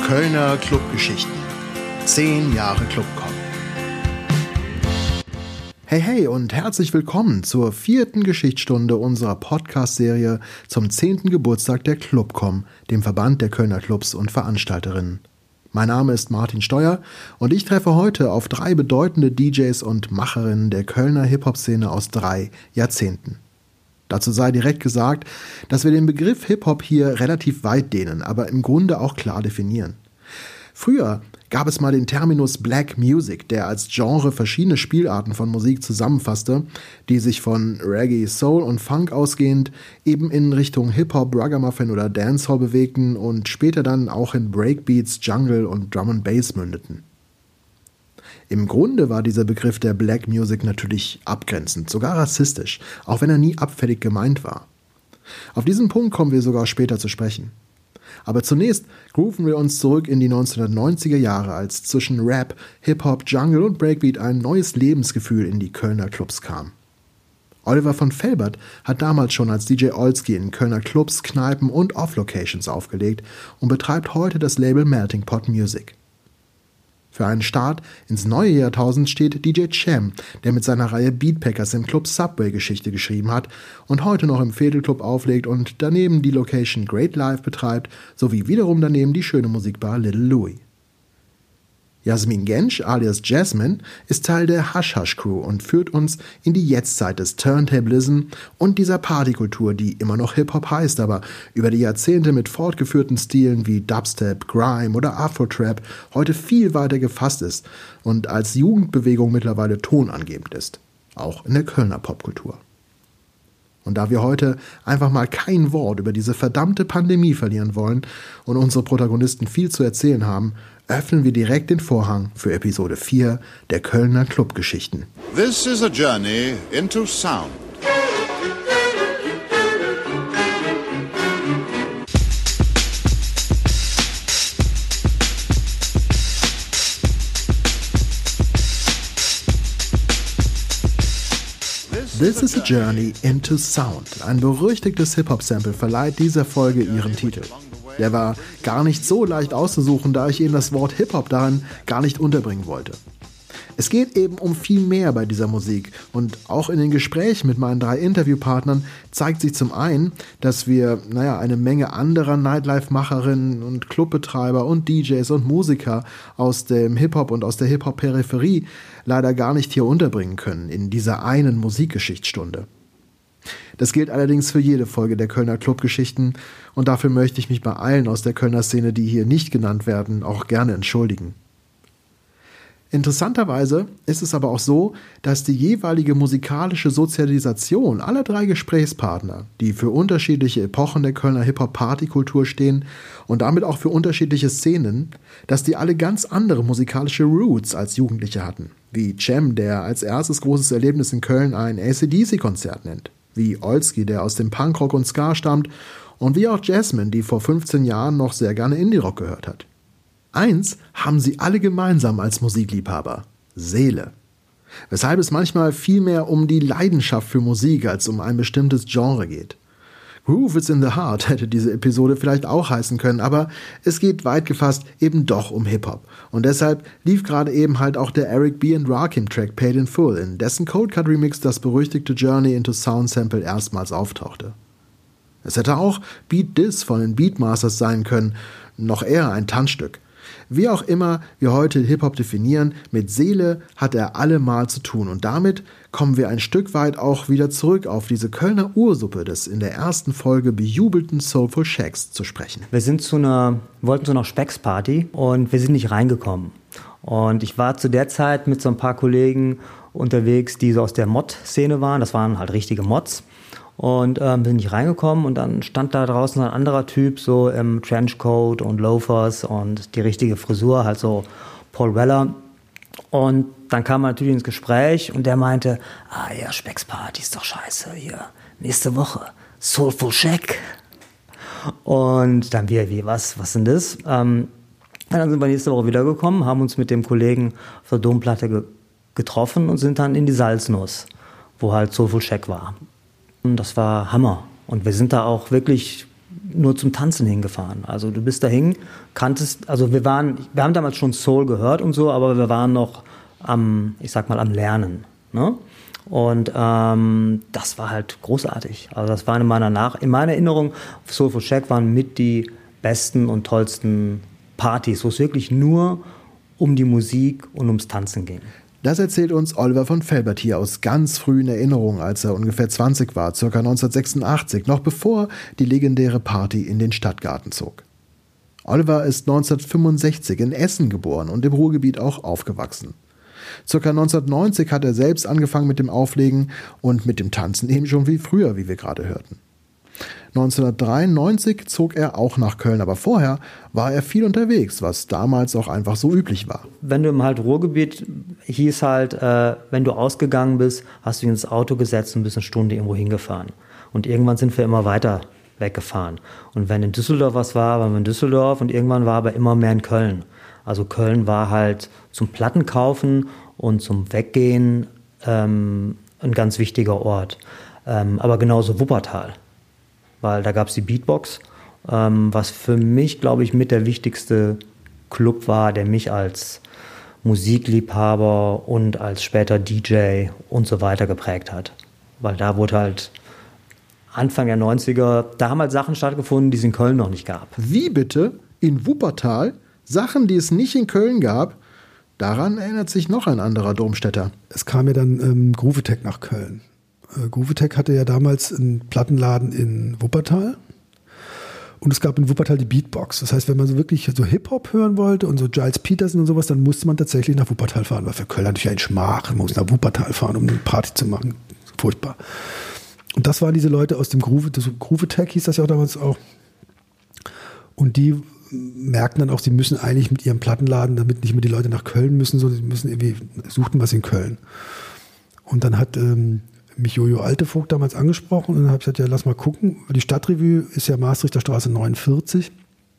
Kölner Clubgeschichten. 10 Jahre Clubcom. Hey und herzlich willkommen zur 4. Geschichtsstunde unserer Podcast-Serie zum 10. Geburtstag der Clubcom, dem Verband der Kölner Clubs und Veranstalterinnen. Mein Name ist Martin Steuer und ich treffe heute auf 3 bedeutende DJs und Macherinnen der Kölner Hip-Hop-Szene aus 3 Jahrzehnten. Dazu sei direkt gesagt, dass wir den Begriff Hip-Hop hier relativ weit dehnen, aber im Grunde auch klar definieren. Früher gab es mal den Terminus Black Music, der als Genre verschiedene Spielarten von Musik zusammenfasste, die sich von Reggae, Soul und Funk ausgehend eben in Richtung Hip-Hop, Ragamuffin oder Dancehall bewegten und später dann auch in Breakbeats, Jungle und Drum and Bass mündeten. Im Grunde war dieser Begriff der Black Music natürlich abgrenzend, sogar rassistisch, auch wenn er nie abfällig gemeint war. Auf diesen Punkt kommen wir sogar später zu sprechen. Aber zunächst grooven wir uns zurück in die 1990er Jahre, als zwischen Rap, Hip-Hop, Jungle und Breakbeat ein neues Lebensgefühl in die Kölner Clubs kam. Oliver von Felbert hat damals schon als DJ Olski in Kölner Clubs, Kneipen und Off-Locations aufgelegt und betreibt heute das Label Melting Pot Music. Für einen Start ins neue Jahrtausend steht DJ Cem, der mit seiner Reihe Beatpackers im Club Subway Geschichte geschrieben hat und heute noch im Vedelclub auflegt und daneben die Location Great Life betreibt, sowie wiederum daneben die schöne Musikbar Little Louie. Jasmin Gensch alias Jasmine ist Teil der Hush Hush Crew und führt uns in die Jetztzeit des Turntablism und dieser Partykultur, die immer noch Hip-Hop heißt, aber über die Jahrzehnte mit fortgeführten Stilen wie Dubstep, Grime oder Afro-Trap heute viel weiter gefasst ist und als Jugendbewegung mittlerweile tonangebend ist, auch in der Kölner Popkultur. Und da wir heute einfach mal kein Wort über diese verdammte Pandemie verlieren wollen und unsere Protagonisten viel zu erzählen haben, öffnen wir direkt den Vorhang für Episode 4 der Kölner Clubgeschichten. This is a journey into sound. This is a Journey into Sound. Ein berüchtigtes Hip-Hop-Sample verleiht dieser Folge ihren Titel. Der war gar nicht so leicht auszusuchen, da ich eben das Wort Hip-Hop darin gar nicht unterbringen wollte. Es geht eben um viel mehr bei dieser Musik und auch in den Gesprächen mit meinen 3 Interviewpartnern zeigt sich zum einen, dass wir eine Menge anderer Nightlife-Macherinnen und Clubbetreiber und DJs und Musiker aus dem Hip-Hop und aus der Hip-Hop-Peripherie leider gar nicht hier unterbringen können in dieser einen Musikgeschichtsstunde. Das gilt allerdings für jede Folge der Kölner Clubgeschichten und dafür möchte ich mich bei allen aus der Kölner Szene, die hier nicht genannt werden, auch gerne entschuldigen. Interessanterweise ist es aber auch so, dass die jeweilige musikalische Sozialisation aller 3 Gesprächspartner, die für unterschiedliche Epochen der Kölner Hip-Hop-Partykultur stehen und damit auch für unterschiedliche Szenen, dass die alle ganz andere musikalische Roots als Jugendliche hatten. Wie Cem, der als erstes großes Erlebnis in Köln ein AC/DC-Konzert nennt. Wie Olski, der aus dem Punkrock und Ska stammt. Und wie auch Jasmine, die vor 15 Jahren noch sehr gerne Indie-Rock gehört hat. Eins haben sie alle gemeinsam als Musikliebhaber: Seele. Weshalb es manchmal viel mehr um die Leidenschaft für Musik als um ein bestimmtes Genre geht. Groove is in the Heart hätte diese Episode vielleicht auch heißen können, aber es geht weit gefasst eben doch um Hip-Hop. Und deshalb lief gerade eben halt auch der Eric B. and Rakim Track Paid in Full, in dessen Cold Cut Remix das berüchtigte Journey into Sound Sample erstmals auftauchte. Es hätte auch Beat This von den Beatmasters sein können, noch eher ein Tanzstück. Wie auch immer wir heute Hip-Hop definieren, mit Seele hat er allemal zu tun. Und damit kommen wir ein Stück weit auch wieder zurück auf diese Kölner Ursuppe des in der ersten Folge bejubelten Soulful Shacks zu sprechen. Wir wollten zu einer Specksparty und wir sind nicht reingekommen. Und ich war zu der Zeit mit so ein paar Kollegen unterwegs, die so aus der Mod-Szene waren. Das waren halt richtige Mods. Und bin nicht reingekommen und dann stand da draußen ein anderer Typ so im Trenchcoat und Loafers und die richtige Frisur, halt so Paul Weller. Und dann kam er natürlich ins Gespräch und der meinte, ja, Specksparty ist doch scheiße hier, nächste Woche, Soulful Shack. Und dann was denn das? Dann sind wir nächste Woche wiedergekommen, haben uns mit dem Kollegen auf der Domplatte getroffen und sind dann in die Salznuss, wo halt Soulful Shack war. Und das war Hammer. Und wir sind da auch wirklich nur zum Tanzen hingefahren. Also du bist dahin, also wir haben damals schon Soul gehört und so, aber wir waren noch am Lernen. Ne? Und das war halt großartig. Also das war in meiner Erinnerung, Soulful Shack waren mit die besten und tollsten Partys, wo es wirklich nur um die Musik und ums Tanzen ging. Das erzählt uns Oliver von Felbert hier aus ganz frühen Erinnerungen, als er ungefähr 20 war, ca. 1986, noch bevor die legendäre Party in den Stadtgarten zog. Oliver ist 1965 in Essen geboren und im Ruhrgebiet auch aufgewachsen. Circa 1990 hat er selbst angefangen mit dem Auflegen und mit dem Tanzen eben schon wie früher, wie wir gerade hörten. 1993 zog er auch nach Köln, aber vorher war er viel unterwegs, was damals auch einfach so üblich war. Wenn du im Ruhrgebiet hieß halt, wenn du ausgegangen bist, hast du dich ins Auto gesetzt und bist eine Stunde irgendwo hingefahren. Und irgendwann sind wir immer weiter weggefahren. Und wenn in Düsseldorf was war, waren wir in Düsseldorf und irgendwann war aber immer mehr in Köln. Also Köln war halt zum Plattenkaufen und zum Weggehen ein ganz wichtiger Ort. Aber genauso Wuppertal. Weil da gab es die Beatbox, was für mich, glaube ich, mit der wichtigste Club war, der mich als Musikliebhaber und als später DJ und so weiter geprägt hat. Weil da wurde halt Anfang der 90er, da haben halt Sachen stattgefunden, die es in Köln noch nicht gab. Wie bitte? In Wuppertal? Sachen, die es nicht in Köln gab? Daran erinnert sich noch ein anderer Domstädter. Es kam ja dann Groovetech nach Köln. Groovetech hatte ja damals einen Plattenladen in Wuppertal und es gab in Wuppertal die Beatbox. Das heißt, wenn man so wirklich so Hip-Hop hören wollte und so Giles Peterson und sowas, dann musste man tatsächlich nach Wuppertal fahren, weil für Köln natürlich ein Schmach, man muss nach Wuppertal fahren, um eine Party zu machen. Furchtbar. Und das waren diese Leute aus dem Groovetech, hieß das ja auch damals auch. Und die merkten dann auch, sie müssen eigentlich mit ihrem Plattenladen, damit nicht mehr die Leute nach Köln müssen, sondern sie müssen irgendwie suchten was in Köln. Und dann hat mich Jojo Altevogt damals angesprochen und dann habe ich gesagt, ja, lass mal gucken. Die Stadtrevue ist ja Maastrichter Straße 49.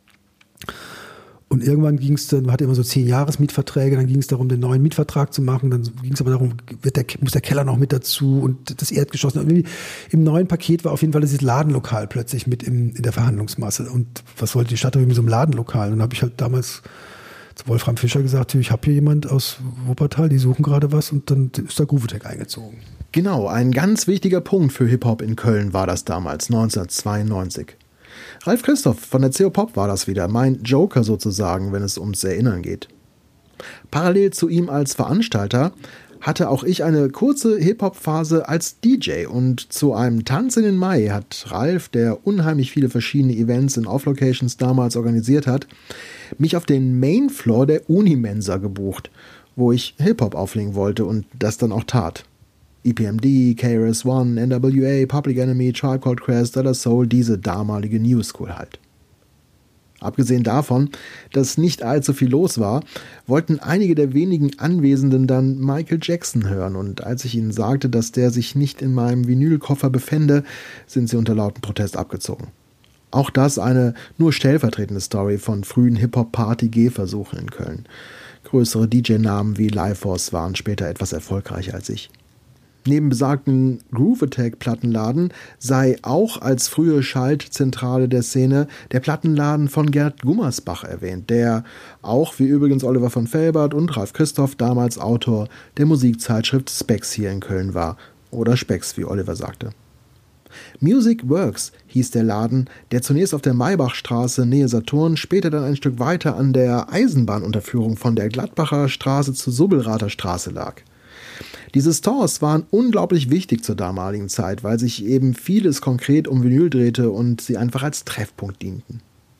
Und irgendwann ging es dann, man hatte immer so 10-Jahres-Mietverträge, dann ging es darum, den neuen Mietvertrag zu machen, dann ging es aber darum, muss der Keller noch mit dazu und das Erdgeschoss. Und irgendwie im neuen Paket war auf jeden Fall dieses Ladenlokal plötzlich mit in der Verhandlungsmasse. Und was wollte die Stadtrevue mit so einem Ladenlokal? Und dann habe ich halt damals zu Wolfram Fischer gesagt, ich habe hier jemand aus Wuppertal, die suchen gerade was und dann ist da Groovetech eingezogen. Genau, ein ganz wichtiger Punkt für Hip-Hop in Köln war das damals, 1992. Ralf Christoph von der CO Pop war das wieder, mein Joker sozusagen, wenn es ums Erinnern geht. Parallel zu ihm als Veranstalter hatte auch ich eine kurze Hip-Hop-Phase als DJ und zu einem Tanz in den Mai hat Ralf, der unheimlich viele verschiedene Events in Off-Locations damals organisiert hat, mich auf den Main-Floor der Unimensa gebucht, wo ich Hip-Hop auflegen wollte und das dann auch tat. EPMD, KRS-One, NWA, Public Enemy, Tribe Called Quest, De La Soul, diese damalige New School halt. Abgesehen davon, dass nicht allzu viel los war, wollten einige der wenigen Anwesenden dann Michael Jackson hören und als ich ihnen sagte, dass der sich nicht in meinem Vinylkoffer befände, sind sie unter lautem Protest abgezogen. Auch das eine nur stellvertretende Story von frühen Hip-Hop-Party-Gehversuchen in Köln. Größere DJ-Namen wie Lifeforce waren später etwas erfolgreicher als ich. Neben besagten Groovetech-Plattenladen sei auch als frühe Schaltzentrale der Szene der Plattenladen von Gerd Gummersbach erwähnt, der auch, wie übrigens Oliver von Felbert und Ralf Christoph, damals Autor der Musikzeitschrift Spex hier in Köln war. Oder Spex, wie Oliver sagte. Music Works hieß der Laden, der zunächst auf der Maybachstraße Nähe Saturn, später dann ein Stück weiter an der Eisenbahnunterführung von der Gladbacher Straße zur Subbelrather Straße lag. Diese Stores waren unglaublich wichtig zur damaligen Zeit, weil sich eben vieles konkret um Vinyl drehte und sie einfach als Treffpunkt dienten.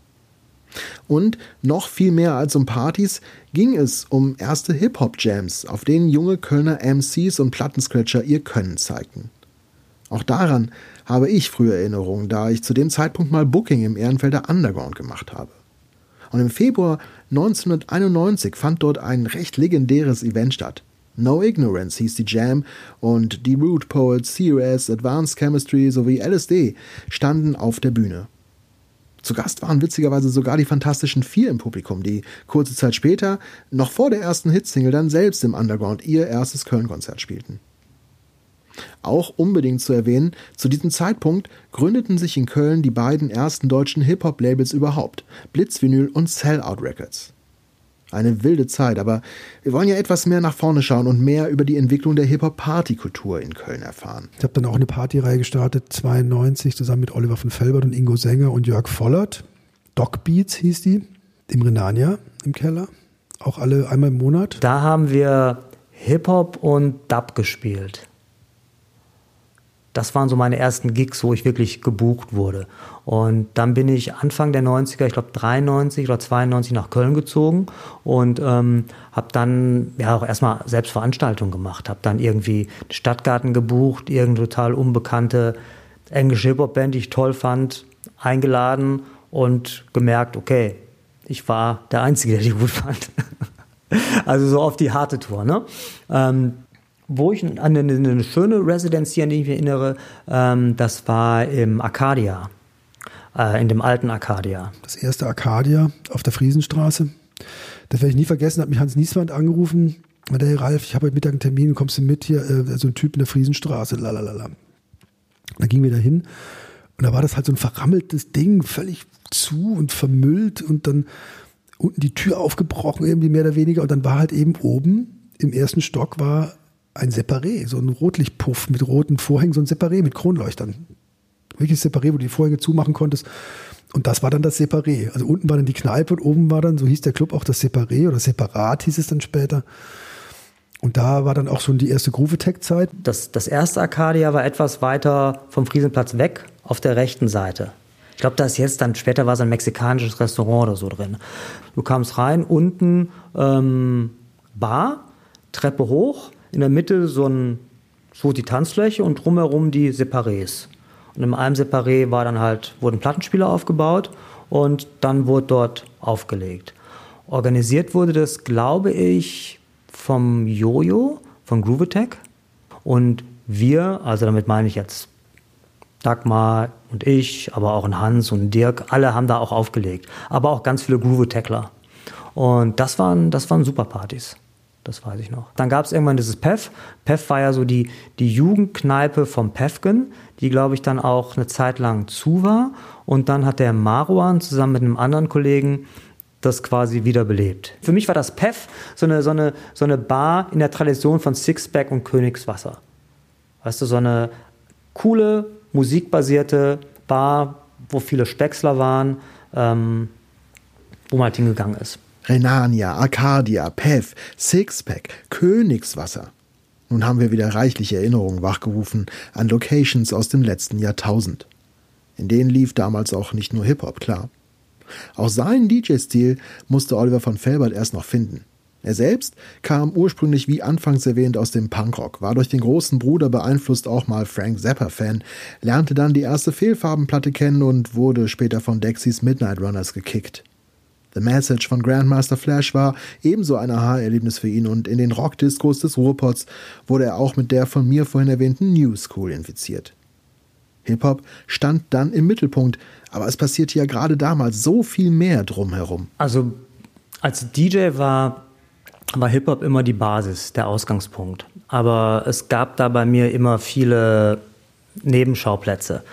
Und noch viel mehr als um Partys ging es um erste Hip-Hop-Jams, auf denen junge Kölner MCs und Plattenscratcher ihr Können zeigten. Auch daran habe ich frühe Erinnerungen, da ich zu dem Zeitpunkt mal Booking im Ehrenfelder Underground gemacht habe. Und im Februar 1991 fand dort ein recht legendäres Event statt. No Ignorance hieß die Jam und die Root Poets, COS, Advanced Chemistry sowie LSD standen auf der Bühne. Zu Gast waren witzigerweise sogar die Fantastischen Vier im Publikum, die kurze Zeit später, noch vor der ersten Hitsingle, dann selbst im Underground ihr erstes Köln-Konzert spielten. Auch unbedingt zu erwähnen, zu diesem Zeitpunkt gründeten sich in Köln die beiden ersten deutschen Hip-Hop-Labels überhaupt, Blitzvinyl und Sellout Records. Eine wilde Zeit, aber wir wollen ja etwas mehr nach vorne schauen und mehr über die Entwicklung der Hip-Hop-Partykultur in Köln erfahren. Ich habe dann auch eine Partyreihe gestartet, 92, zusammen mit Oliver von Felbert und Ingo Sänger und Jörg Vollert. Doc Beats hieß die, im Renania im Keller, auch alle einmal im Monat. Da haben wir Hip-Hop und Dub gespielt. Das waren so meine ersten Gigs, wo ich wirklich gebucht wurde. Und dann bin ich Anfang der 90er, ich glaube 93 oder 92 nach Köln gezogen und habe dann ja auch erstmal selbst Veranstaltungen gemacht. Habe dann irgendwie den Stadtgarten gebucht, irgendeine total unbekannte englische Hip-Hop-Band, die ich toll fand, eingeladen und gemerkt, okay, ich war der Einzige, der die gut fand. Also so auf die harte Tour, ne? Wo ich an eine schöne Residenz hier, an die ich mich erinnere, das war im Arcadia, in dem alten Arcadia. Das erste Arcadia auf der Friesenstraße. Das werde ich nie vergessen, hat mich Hans Nieswand angerufen. Und hey Ralf, ich habe heute Mittag einen Termin, kommst du mit hier? So ein Typ in der Friesenstraße, lalalala. Da gingen wir da hin und da war das halt so ein verrammeltes Ding, völlig zu und vermüllt und dann unten die Tür aufgebrochen, irgendwie mehr oder weniger. Und dann war halt eben oben im ersten Stock war ein Separé, so ein Rotlichtpuff mit roten Vorhängen, so ein Separé mit Kronleuchtern. Wirklich Separé, wo du die Vorhänge zumachen konntest. Und das war dann das Separé. Also unten war dann die Kneipe und oben war dann, so hieß der Club auch, das Separé oder Separat hieß es dann später. Und da war dann auch schon die erste Groove-Attack-Zeit. Das erste Arcadia war etwas weiter vom Friesenplatz weg, auf der rechten Seite. Ich glaube, da ist jetzt dann, später war so ein mexikanisches Restaurant oder so drin. Du kamst rein, unten Bar, Treppe hoch, in der Mitte so die Tanzfläche und drumherum die Separés. Und in einem Separé wurden Plattenspieler aufgebaut und dann wurde dort aufgelegt. Organisiert wurde das, glaube ich, vom Jojo, von Groove Attack. Und wir, also damit meine ich jetzt Dagmar und ich, aber auch ein Hans und ein Dirk, alle haben da auch aufgelegt. Aber auch ganz viele Groove Attackler. Und das waren super Partys. Das weiß ich noch. Dann gab es irgendwann dieses PEF. PEF war ja so die Jugendkneipe vom Pefken, die, glaube ich, dann auch eine Zeit lang zu war. Und dann hat der Marwan zusammen mit einem anderen Kollegen das quasi wiederbelebt. Für mich war das PEF so eine Bar in der Tradition von Sixpack und Königswasser. Weißt du, so eine coole, musikbasierte Bar, wo viele Späcksler waren, wo man halt hingegangen ist. Renania, Arcadia, PEF, Sixpack, Königswasser. Nun haben wir wieder reichliche Erinnerungen wachgerufen an Locations aus dem letzten Jahrtausend. In denen lief damals auch nicht nur Hip-Hop, klar. Auch seinen DJ-Stil musste Oliver von Felbert erst noch finden. Er selbst kam ursprünglich, wie anfangs erwähnt, aus dem Punkrock, war durch den großen Bruder beeinflusst auch mal Frank Zappa-Fan, lernte dann die erste Fehlfarbenplatte kennen und wurde später von Dexys Midnight Runners gekickt. The Message von Grandmaster Flash war ebenso ein Aha-Erlebnis für ihn und in den Rockdiscos des Ruhrpots wurde er auch mit der von mir vorhin erwähnten New School infiziert. Hip-Hop stand dann im Mittelpunkt, aber es passierte ja gerade damals so viel mehr drumherum. Also als DJ war Hip-Hop immer die Basis, der Ausgangspunkt. Aber es gab da bei mir immer viele Nebenschauplätze,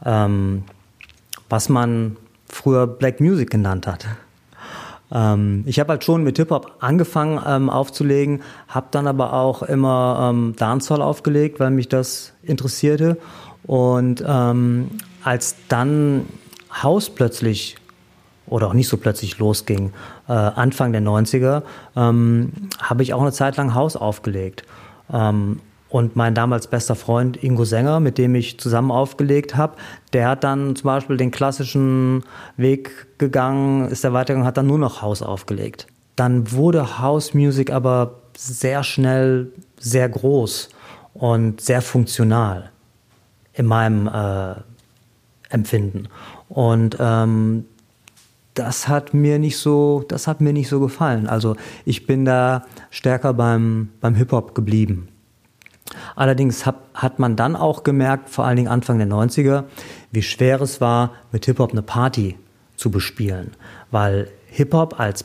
was man früher Black Music genannt hat. Ich habe halt schon mit Hip-Hop angefangen aufzulegen, habe dann aber auch immer Dancehall aufgelegt, weil mich das interessierte. Und als dann House plötzlich oder auch nicht so plötzlich losging, Anfang der 90er, habe ich auch eine Zeit lang House aufgelegt. Und mein damals bester Freund Ingo Sänger, mit dem ich zusammen aufgelegt habe, der hat dann zum Beispiel den klassischen Weg gegangen, ist er weitergegangen, hat dann nur noch House aufgelegt. Dann wurde House Music aber sehr schnell sehr groß und sehr funktional in meinem Empfinden. Und das hat mir nicht so gefallen. Also ich bin da stärker beim Hip-Hop geblieben. Allerdings hat man dann auch gemerkt, vor allen Dingen Anfang der 90er, wie schwer es war, mit Hip-Hop eine Party zu bespielen. Weil Hip-Hop als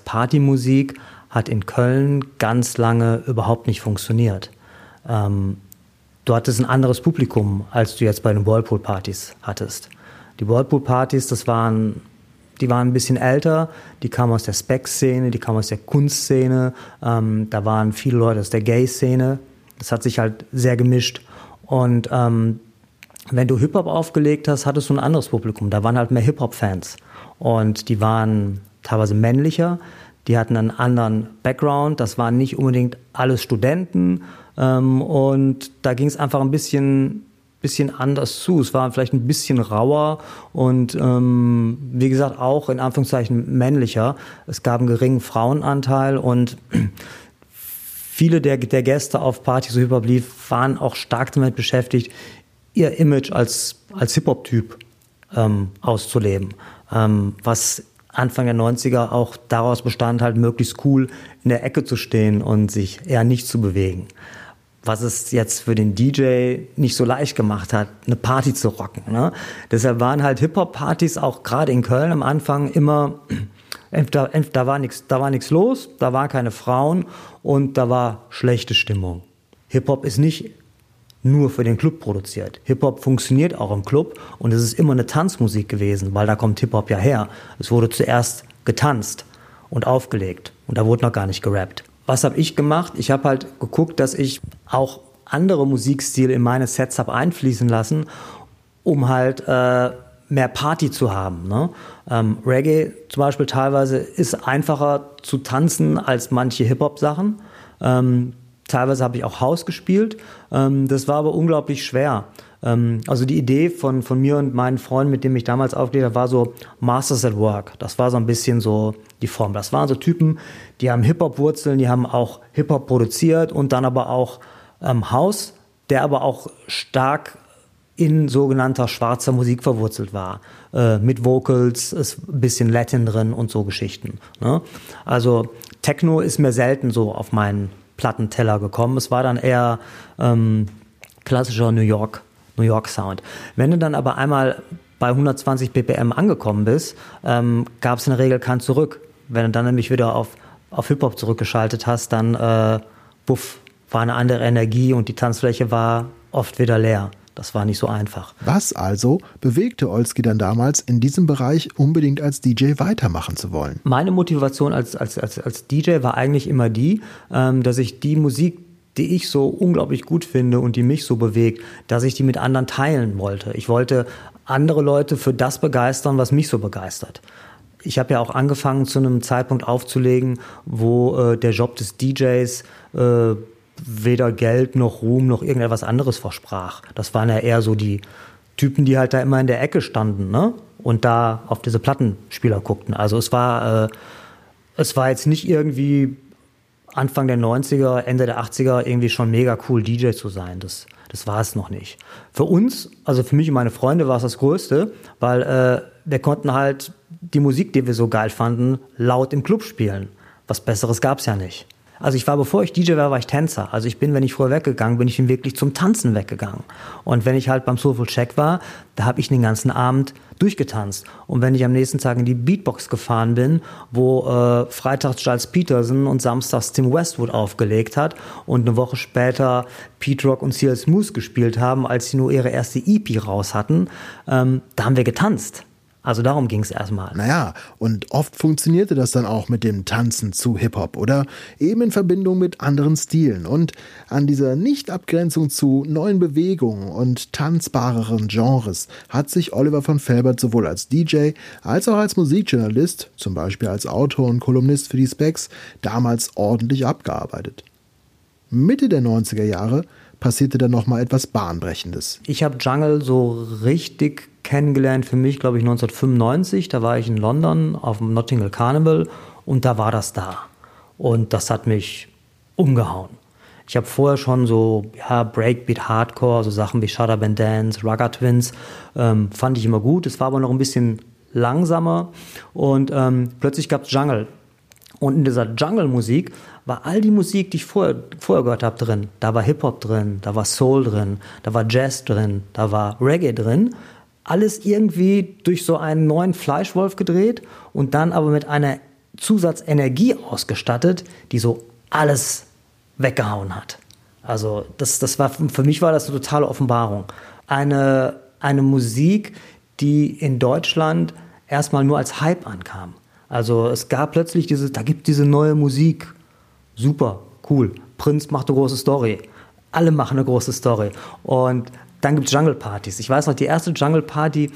Partymusik hat in Köln ganz lange überhaupt nicht funktioniert. du hattest ein anderes Publikum, als du jetzt bei den Whirlpool-Partys hattest. Die Whirlpool-Partys, die waren ein bisschen älter, die kamen aus der Spec-Szene, die kamen aus der Kunstszene, da waren viele Leute aus der Gay-Szene. Das hat sich halt sehr gemischt. Und wenn du Hip-Hop aufgelegt hast, hattest du ein anderes Publikum. Da waren halt mehr Hip-Hop-Fans. Und die waren teilweise männlicher, die hatten einen anderen Background. Das waren nicht unbedingt alles Studenten. Und da ging es einfach ein bisschen anders zu. Es war vielleicht ein bisschen rauer und wie gesagt auch in Anführungszeichen männlicher. Es gab einen geringen Frauenanteil und viele der Gäste auf Partys, so Hip-Hop lief, waren auch stark damit beschäftigt, ihr Image als Hip-Hop-Typ auszuleben. Was Anfang der 90er auch daraus bestand, halt möglichst cool in der Ecke zu stehen und sich eher nicht zu bewegen. Was es jetzt für den DJ nicht so leicht gemacht hat, eine Party zu rocken. Ne? Deshalb waren halt Hip-Hop-Partys auch gerade in Köln am Anfang immer, da war nichts los, da waren keine Frauen und da war schlechte Stimmung. Hip-Hop ist nicht nur für den Club produziert. Hip-Hop funktioniert auch im Club und es ist immer eine Tanzmusik gewesen, weil da kommt Hip-Hop ja her. Es wurde zuerst getanzt und aufgelegt und da wurde noch gar nicht gerappt. Was habe ich gemacht? Ich habe halt geguckt, dass ich auch andere Musikstile in meine Sets habe einfließen lassen, um halt mehr Party zu haben. Ne? Reggae zum Beispiel teilweise ist einfacher zu tanzen als manche Hip-Hop-Sachen. Teilweise habe ich auch House gespielt. Das war aber unglaublich schwer. Also die Idee von mir und meinen Freunden, mit denen ich damals aufgelegt habe, war so Masters at Work. Das war so ein bisschen so die Form. Das waren so Typen, die haben Hip-Hop-Wurzeln, die haben auch Hip-Hop produziert und dann aber auch House, der aber auch stark in sogenannter schwarzer Musik verwurzelt war. Mit Vocals, ist ein bisschen Latin drin und so Geschichten. Ne? Also Techno ist mir selten so auf meinen Plattenteller gekommen. Es war dann eher klassischer New York Sound. Wenn du dann aber einmal bei 120 BPM angekommen bist, gab es in der Regel kein Zurück. Wenn du dann nämlich wieder auf Hip-Hop zurückgeschaltet hast, dann war eine andere Energie und die Tanzfläche war oft wieder leer. Das war nicht so einfach. Was also bewegte Olski dann damals, in diesem Bereich unbedingt als DJ weitermachen zu wollen? Meine Motivation als DJ war eigentlich immer die, dass ich die Musik, die ich so unglaublich gut finde und die mich so bewegt, dass ich die mit anderen teilen wollte. Ich wollte andere Leute für das begeistern, was mich so begeistert. Ich habe ja auch angefangen, zu einem Zeitpunkt aufzulegen, wo der Job des DJs weder Geld noch Ruhm noch irgendetwas anderes versprach. Das waren ja eher so die Typen, die halt da immer in der Ecke standen, ne? Und da auf diese Plattenspieler guckten. Also es war jetzt nicht irgendwie Anfang der 90er, Ende der 80er irgendwie schon mega cool DJ zu sein. Das war es noch nicht. Für uns, also für mich und meine Freunde war es das Größte, weil wir konnten halt die Musik, die wir so geil fanden, laut im Club spielen. Was Besseres gab's ja nicht. Also bevor ich DJ war ich Tänzer. Also wenn ich früher weggegangen bin, ich wirklich zum Tanzen weggegangen. Und wenn ich halt beim Soulful Check war, da habe ich den ganzen Abend durchgetanzt. Und wenn ich am nächsten Tag in die Beatbox gefahren bin, wo freitags Giles Peterson und samstags Tim Westwood aufgelegt hat und eine Woche später Pete Rock und C.L. Smooth gespielt haben, als sie nur ihre erste EP raus hatten, da haben wir getanzt. Also darum ging es erstmal. Naja, und oft funktionierte das dann auch mit dem Tanzen zu Hip-Hop oder eben in Verbindung mit anderen Stilen. Und an dieser Nicht-Abgrenzung zu neuen Bewegungen und tanzbareren Genres hat sich Oliver von Felbert sowohl als DJ als auch als Musikjournalist, zum Beispiel als Autor und Kolumnist für die Specs, damals ordentlich abgearbeitet. Mitte der 90er Jahre passierte dann nochmal etwas Bahnbrechendes. Ich habe Jungle so richtig kennengelernt für mich, glaube ich, 1995. Da war ich in London auf dem Notting Hill Carnival und da war das da. Und das hat mich umgehauen. Ich habe vorher schon so Breakbeat, Hardcore, so Sachen wie Shut Up and Dance, Rugger Twins, fand ich immer gut. Es war aber noch ein bisschen langsamer und plötzlich gab es Jungle. Und in dieser Jungle-Musik war all die Musik, die ich vorher gehört habe, drin. Da war Hip-Hop drin, da war Soul drin, da war Jazz drin, da war Reggae drin. Alles irgendwie durch so einen neuen Fleischwolf gedreht und dann aber mit einer Zusatzenergie ausgestattet, die so alles weggehauen hat. Also das war, für mich war das eine totale Offenbarung. Eine Musik, die in Deutschland erstmal nur als Hype ankam. Also es gab plötzlich da gibt diese neue Musik. Super, cool. Prinz macht eine große Story. Alle machen eine große Story. Und dann gibt es Jungle-Partys. Ich weiß noch, die erste Jungle-Party,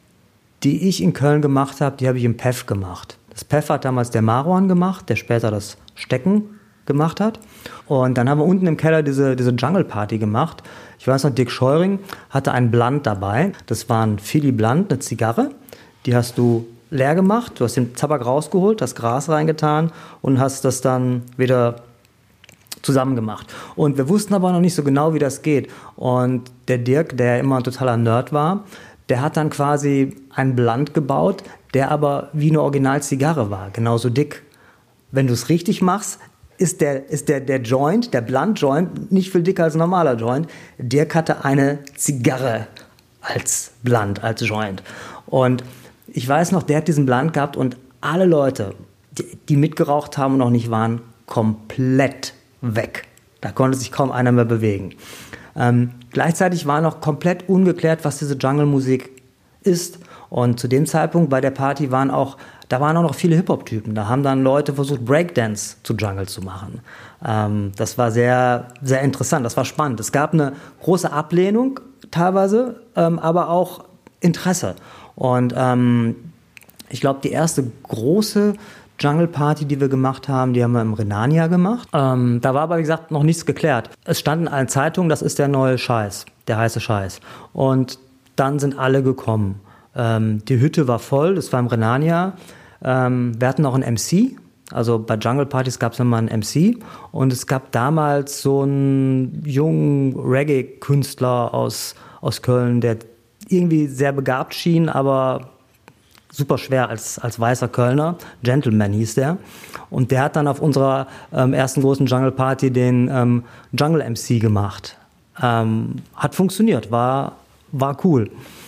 die ich in Köln gemacht habe, die habe ich im PEF gemacht. Das PEF hat damals der Marwan gemacht, der später das Stecken gemacht hat. Und dann haben wir unten im Keller diese Jungle-Party gemacht. Ich weiß noch, Dick Scheuring hatte einen Blunt dabei. Das war ein Philly Blunt, eine Zigarre. Die hast du leer gemacht, du hast den Tabak rausgeholt, das Gras reingetan und hast das dann wieder zusammen gemacht. Und wir wussten aber noch nicht so genau, wie das geht. Und der Dirk, der immer ein totaler Nerd war, der hat dann quasi einen Blunt gebaut, der aber wie eine Original-Zigarre war, genauso dick. Wenn du es richtig machst, ist der Joint, der Blunt-Joint, nicht viel dicker als ein normaler Joint. Dirk hatte eine Zigarre als Blunt, als Joint. Und ich weiß noch, der hat diesen Blunt gehabt und alle Leute, die mitgeraucht haben und noch nicht waren, komplett weg. Da konnte sich kaum einer mehr bewegen. Gleichzeitig war noch komplett ungeklärt, was diese Jungle-Musik ist. Und zu dem Zeitpunkt bei der Party waren auch noch viele Hip-Hop-Typen. Da haben dann Leute versucht, Breakdance zu Jungle zu machen. Das war sehr, sehr interessant, das war spannend. Es gab eine große Ablehnung teilweise, aber auch Interesse. Und ich glaube, die erste große Jungle-Party, die wir gemacht haben, die haben wir im Renania gemacht. Da war aber, wie gesagt, noch nichts geklärt. Es stand in allen Zeitungen, das ist der neue Scheiß, der heiße Scheiß. Und dann sind alle gekommen. Die Hütte war voll, das war im Renania. Wir hatten auch einen MC, also bei Jungle-Partys gab es immer einen MC. Und es gab damals so einen jungen Reggae-Künstler aus Köln, der irgendwie sehr begabt schien, aber super schwer als weißer Kölner. Gentleman hieß der. Und der hat dann auf unserer ersten großen Jungle-Party den Jungle-MC gemacht. Hat funktioniert, war cool.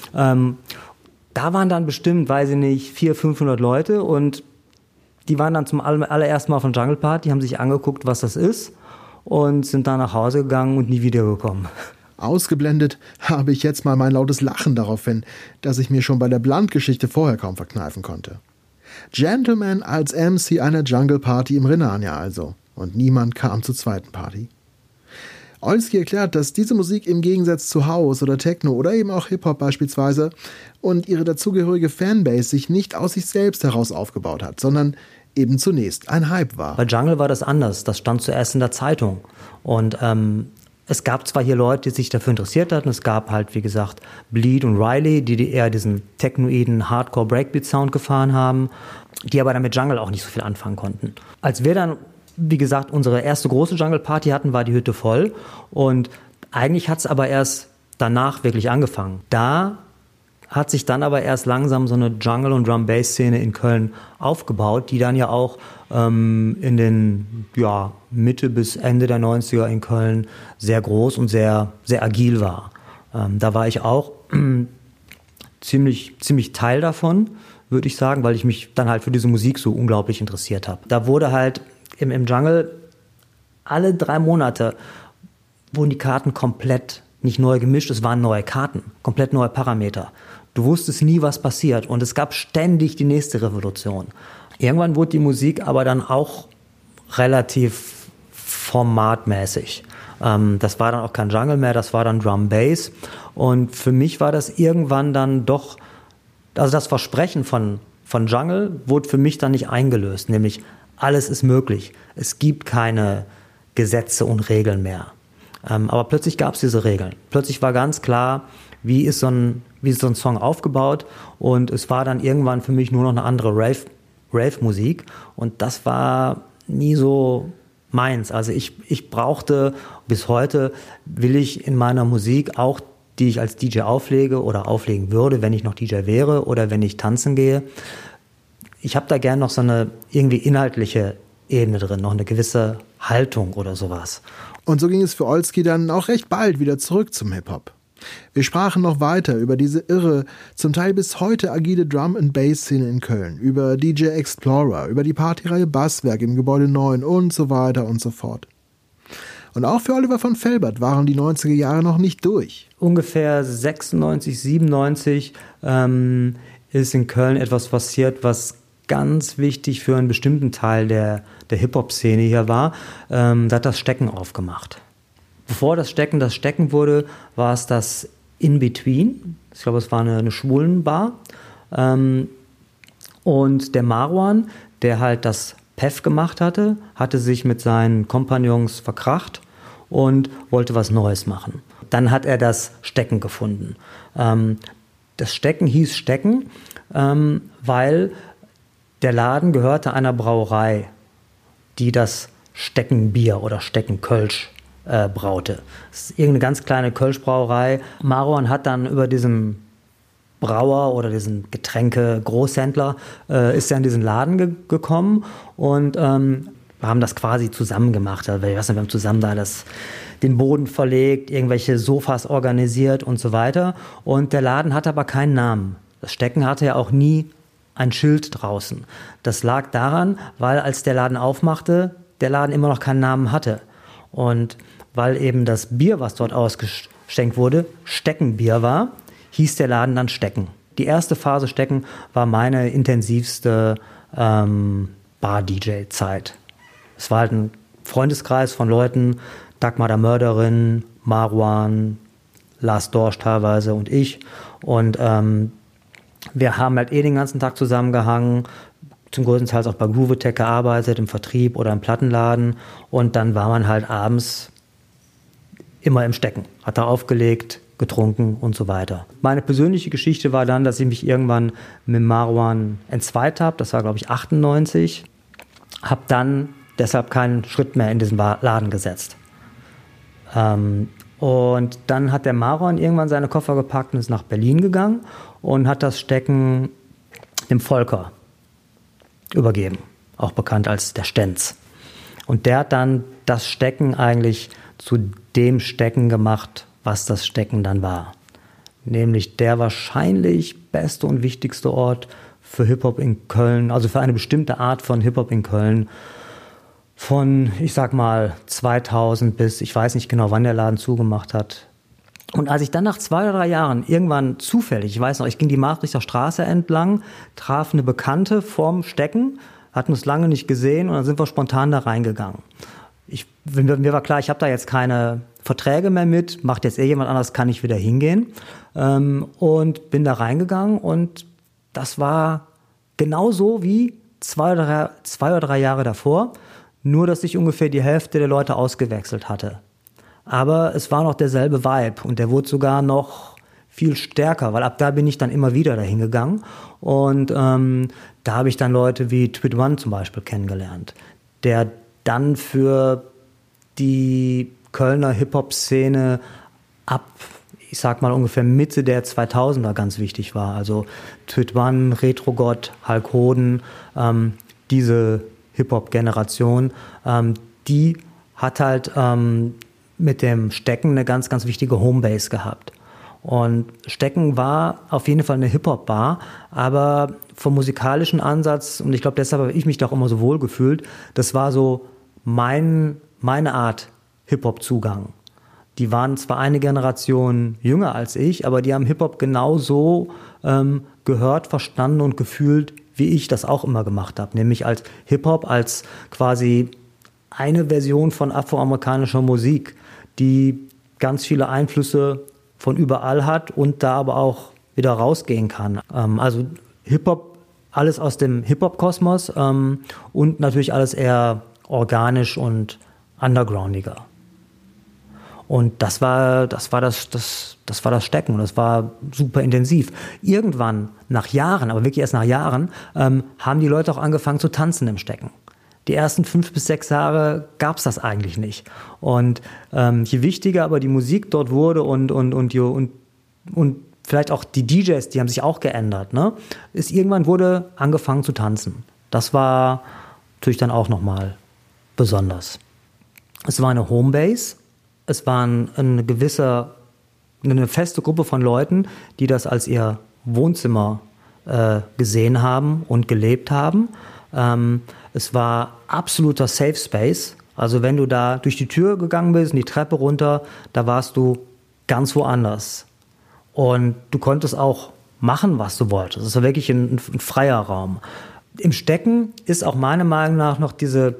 Da waren dann bestimmt, weiß ich nicht, 400, 500 Leute und die waren dann zum allerersten Mal von Jungle Party, haben sich angeguckt, was das ist und sind dann nach Hause gegangen und nie wiedergekommen. Ausgeblendet habe ich jetzt mal mein lautes Lachen darauf hin, dass ich mir schon bei der Blunt-Geschichte vorher kaum verkneifen konnte. Gentleman als MC einer Jungle Party im Renania also. Und niemand kam zur zweiten Party. Olski erklärt, dass diese Musik im Gegensatz zu House oder Techno oder eben auch Hip-Hop beispielsweise und ihre dazugehörige Fanbase sich nicht aus sich selbst heraus aufgebaut hat, sondern eben zunächst ein Hype war. Bei Jungle war das anders. Das stand zuerst in der Zeitung. Und es gab zwar hier Leute, die sich dafür interessiert hatten. Es gab halt, wie gesagt, Bleed und Riley, die eher diesen technoiden Hardcore-Breakbeat-Sound gefahren haben, die aber dann mit Jungle auch nicht so viel anfangen konnten. Als wir dann, wie gesagt, unsere erste große Jungle-Party hatten, war die Hütte voll. Und eigentlich hat es aber erst danach wirklich angefangen. Da hat sich dann aber erst langsam so eine Jungle- und Drum-Bass-Szene in Köln aufgebaut, die dann ja auch in den Mitte bis Ende der 90er in Köln sehr groß und sehr, sehr agil war. Da war ich auch ziemlich Teil davon, würde ich sagen, weil ich mich dann halt für diese Musik so unglaublich interessiert habe. Da wurde halt im Jungle alle 3 Monate wurden die Karten komplett nicht neu gemischt, es waren neue Karten, komplett neue Parameter. Du wusstest nie, was passiert und es gab ständig die nächste Revolution. Irgendwann wurde die Musik aber dann auch relativ formatmäßig. Das war dann auch kein Jungle mehr, das war dann Drum Bass. Und für mich war das irgendwann dann doch, also das Versprechen von Jungle wurde für mich dann nicht eingelöst, nämlich alles ist möglich. Es gibt keine Gesetze und Regeln mehr. Aber plötzlich gab es diese Regeln. Plötzlich war ganz klar, wie ist so ein Song aufgebaut. Und es war dann irgendwann für mich nur noch eine andere Rave-Musik. Und das war nie so meins. Also ich brauchte, bis heute will ich in meiner Musik auch, die ich als DJ auflege oder auflegen würde, wenn ich noch DJ wäre oder wenn ich tanzen gehe, ich habe da gern noch so eine irgendwie inhaltliche Ebene drin, noch eine gewisse Haltung oder sowas. Und so ging es für Olski dann auch recht bald wieder zurück zum Hip-Hop. Wir sprachen noch weiter über diese irre, zum Teil bis heute agile Drum-and-Bass-Szene in Köln, über DJ Explorer, über die Partyreihe Basswerk im Gebäude 9 und so weiter und so fort. Und auch für Oliver von Felbert waren die 90er Jahre noch nicht durch. Ungefähr 96, 97 ist in Köln etwas passiert, was ganz wichtig für einen bestimmten Teil der Hip-Hop-Szene hier war. Da hat das Stecken aufgemacht. Bevor das Stecken wurde, war es das In-Between. Ich glaube, es war eine Schwulenbar. Und der Marwan, der halt das Pef gemacht hatte sich mit seinen Kompagnons verkracht und wollte was Neues machen. Dann hat er das Stecken gefunden. Das Stecken hieß Stecken, weil der Laden gehörte einer Brauerei, die das Steckenbier oder Steckenkölsch braute. Das ist irgendeine ganz kleine Kölschbrauerei. Marwan hat dann über diesen Brauer oder diesen Getränke-Großhändler ist er in diesen Laden gekommen und wir haben das quasi zusammen gemacht. Also, wir haben zusammen da den Boden verlegt, irgendwelche Sofas organisiert und so weiter. Und der Laden hatte aber keinen Namen. Das Stecken hatte ja auch nie ein Schild draußen. Das lag daran, weil als der Laden aufmachte, der Laden immer noch keinen Namen hatte. Und weil eben das Bier, was dort ausgeschenkt wurde, Steckenbier war, hieß der Laden dann Stecken. Die erste Phase Stecken war meine intensivste Bar-DJ-Zeit. Es war halt ein Freundeskreis von Leuten, Dagmar der Mörderin, Marwan, Lars Dorsch teilweise und ich. Und wir haben halt den ganzen Tag zusammengehangen, zum größten Teil auch bei Groovetech gearbeitet, im Vertrieb oder im Plattenladen. Und dann war man halt abends immer im Stecken, hat da aufgelegt, getrunken und so weiter. Meine persönliche Geschichte war dann, dass ich mich irgendwann mit Marwan entzweit habe. Das war, glaube ich, 98. Habe dann deshalb keinen Schritt mehr in diesen Laden gesetzt. Und dann hat der Marwan irgendwann seine Koffer gepackt und ist nach Berlin gegangen und hat das Stecken dem Volker übergeben. Auch bekannt als der Stenz. Und der hat dann das Stecken eigentlich zu dem Stecken gemacht, was das Stecken dann war. Nämlich der wahrscheinlich beste und wichtigste Ort für Hip-Hop in Köln, also für eine bestimmte Art von Hip-Hop in Köln, von, ich sag mal, 2000 bis, ich weiß nicht genau, wann der Laden zugemacht hat. Und als ich dann nach 2 oder 3 Jahren irgendwann zufällig, ich weiß noch, ich ging die Maastrichter Straße entlang, traf eine Bekannte vorm Stecken, hatten uns lange nicht gesehen und dann sind wir spontan da reingegangen. Mir war klar, ich habe da jetzt keine Verträge mehr mit, macht jetzt jemand anders, kann ich wieder hingehen. Und bin da reingegangen und das war genauso wie 2 oder 3 Jahre davor, nur dass ich ungefähr die Hälfte der Leute ausgewechselt hatte. Aber es war noch derselbe Vibe und der wurde sogar noch viel stärker, weil ab da bin ich dann immer wieder dahin gegangen und da habe ich dann Leute wie Twit One zum Beispiel kennengelernt, der dann für die Kölner Hip-Hop-Szene ab, ich sag mal ungefähr Mitte der 2000er ganz wichtig war. Also Twit One, Retrogott, Hulk Hoden, diese Hip-Hop-Generation, die hat halt mit dem Stecken eine ganz, ganz wichtige Homebase gehabt. Und Stecken war auf jeden Fall eine Hip-Hop-Bar, aber vom musikalischen Ansatz, und ich glaube, deshalb habe ich mich da auch immer so wohl gefühlt, das war so meine Art Hip-Hop-Zugang. Die waren zwar eine Generation jünger als ich, aber die haben Hip-Hop genauso gehört, verstanden und gefühlt, wie ich das auch immer gemacht habe. Nämlich als Hip-Hop, als quasi eine Version von afroamerikanischer Musik, die ganz viele Einflüsse von überall hat und da aber auch wieder rausgehen kann. Also Hip-Hop, alles aus dem Hip-Hop-Kosmos und natürlich alles eher organisch und undergroundiger. Und das war das Stecken und das war super intensiv. Irgendwann, nach Jahren, aber wirklich erst nach Jahren, haben die Leute auch angefangen zu tanzen im Stecken. Die ersten 5 bis 6 Jahre gab es das eigentlich nicht. Und je wichtiger aber die Musik dort wurde und vielleicht auch die DJs, die haben sich auch geändert, ne? Irgendwann wurde angefangen zu tanzen. Das war natürlich dann auch nochmal besonders. Es war eine Homebase. Es waren eine feste Gruppe von Leuten, die das als ihr Wohnzimmer gesehen haben und gelebt haben. Es war absoluter Safe Space. Also wenn du da durch die Tür gegangen bist und die Treppe runter, da warst du ganz woanders. Und du konntest auch machen, was du wolltest. Es war wirklich ein freier Raum. Im Stecken ist auch meiner Meinung nach noch diese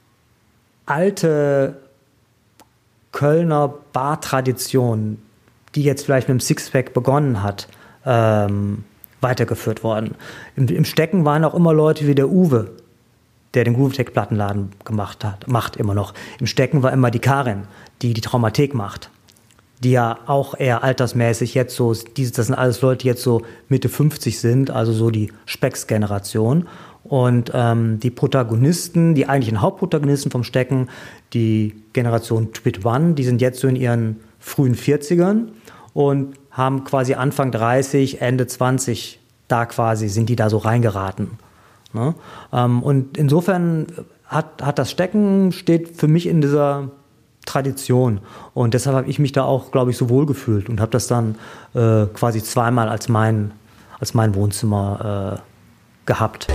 alte Kölner Bar-Tradition, die jetzt vielleicht mit dem Sixpack begonnen hat, weitergeführt worden. Im Stecken waren auch immer Leute wie der Uwe, der den Groovetech-Plattenladen macht immer noch. Im Stecken war immer die Karin, die Traumathek macht, die ja auch eher altersmäßig jetzt so, das sind alles Leute, die jetzt so Mitte 50 sind, also so die Specks-Generation. Und die Protagonisten, die eigentlichen Hauptprotagonisten vom Stecken, die Generation Twit One, die sind jetzt so in ihren frühen 40ern und haben quasi Anfang 30, Ende 20, da quasi sind die da so reingeraten. Ne? Und insofern hat das Stecken, steht für mich in dieser Tradition. Und deshalb habe ich mich da auch, glaube ich, so wohl gefühlt und habe das dann quasi zweimal als mein Wohnzimmer gehabt.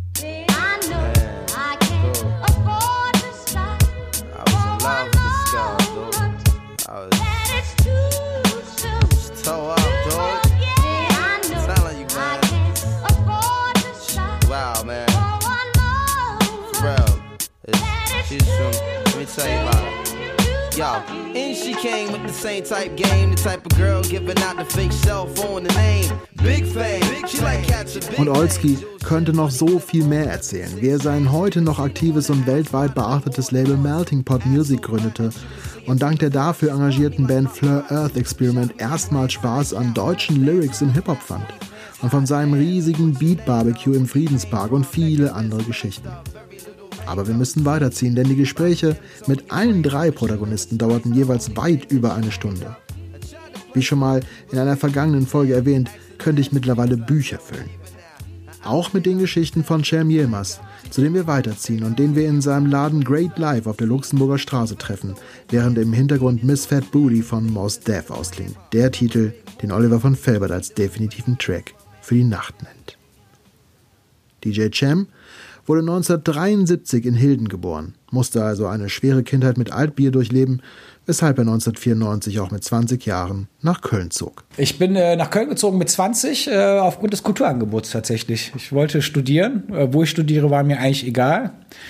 And she came with the same type game, the type of girl giving out the fake cell phone, the name Big Fame. She like catch a big. Und Olski könnte noch so viel mehr erzählen, wie er sein heute noch aktives und weltweit beachtetes Label Melting Pot Music gründete und dank der dafür engagierten Band Fleur Earth Experiment erstmals Spaß an deutschen Lyrics im Hip-Hop fand und von seinem riesigen Beat-Barbecue im Friedenspark und viele andere Geschichten. Aber wir müssen weiterziehen, denn die Gespräche mit allen 3 Protagonisten dauerten jeweils weit über eine Stunde. Wie schon mal in einer vergangenen Folge erwähnt, könnte ich mittlerweile Bücher füllen. Auch mit den Geschichten von Cem Yilmaz, zu dem wir weiterziehen und den wir in seinem Laden Great Life auf der Luxemburger Straße treffen, während im Hintergrund Miss Fat Booty von Mos Def ausklingt. Der Titel, den Oliver von Felbert als definitiven Track für die Nacht nennt. DJ Cem wurde 1973 in Hilden geboren, musste also eine schwere Kindheit mit Altbier durchleben, weshalb er 1994 auch mit 20 Jahren nach Köln zog. Ich bin nach Köln gezogen mit 20 aufgrund des Kulturangebots tatsächlich. Ich wollte studieren. Wo ich studiere, war mir eigentlich egal.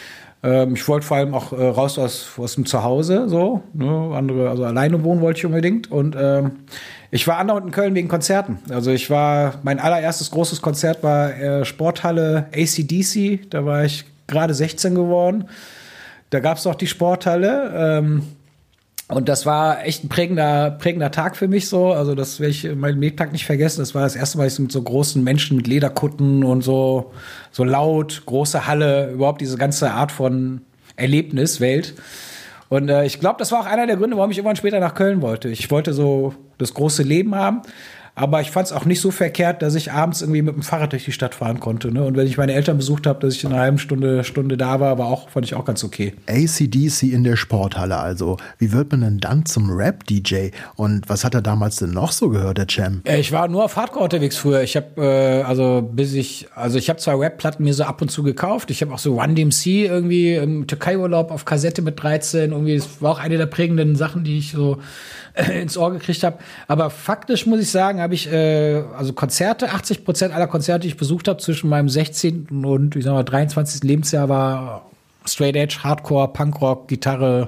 Ich wollte vor allem auch raus aus dem Zuhause, so, ne? Also alleine wohnen wollte ich unbedingt. Und ich war andauernd in Köln wegen Konzerten. Also mein allererstes großes Konzert war Sporthalle AC/DC. Da war ich gerade 16 geworden. Da gab es auch die Sporthalle. Und das war echt ein prägender Tag für mich so. Also das werde ich meinen Lebtag nicht vergessen. Das war das erste Mal, dass ich mit so großen Menschen mit Lederkutten und so laut, große Halle, überhaupt diese ganze Art von Erlebniswelt. Und ich glaube, das war auch einer der Gründe, warum ich irgendwann später nach Köln wollte. Ich wollte so das große Leben haben. Aber ich fand es auch nicht so verkehrt, dass ich abends irgendwie mit dem Fahrrad durch die Stadt fahren konnte. Ne? Und wenn ich meine Eltern besucht habe, dass ich in einer halben Stunde da war, fand ich auch ganz okay. AC/DC in der Sporthalle also. Wie wird man denn dann zum Rap-DJ? Und was hat er damals denn noch so gehört, der Cem? Ich war nur auf Hardcore unterwegs früher. Ich habe ich habe zwar Rap-Platten mir so ab und zu gekauft. Ich habe auch so Run DMC irgendwie im Türkei-Urlaub auf Kassette mit 13. Irgendwie, das war auch eine der prägenden Sachen, die ich so ins Ohr gekriegt habe. Aber faktisch muss ich sagen, habe ich Konzerte, 80% aller Konzerte, die ich besucht habe, zwischen meinem 16. und 23. Lebensjahr war Straight Edge, Hardcore, Punkrock, Gitarre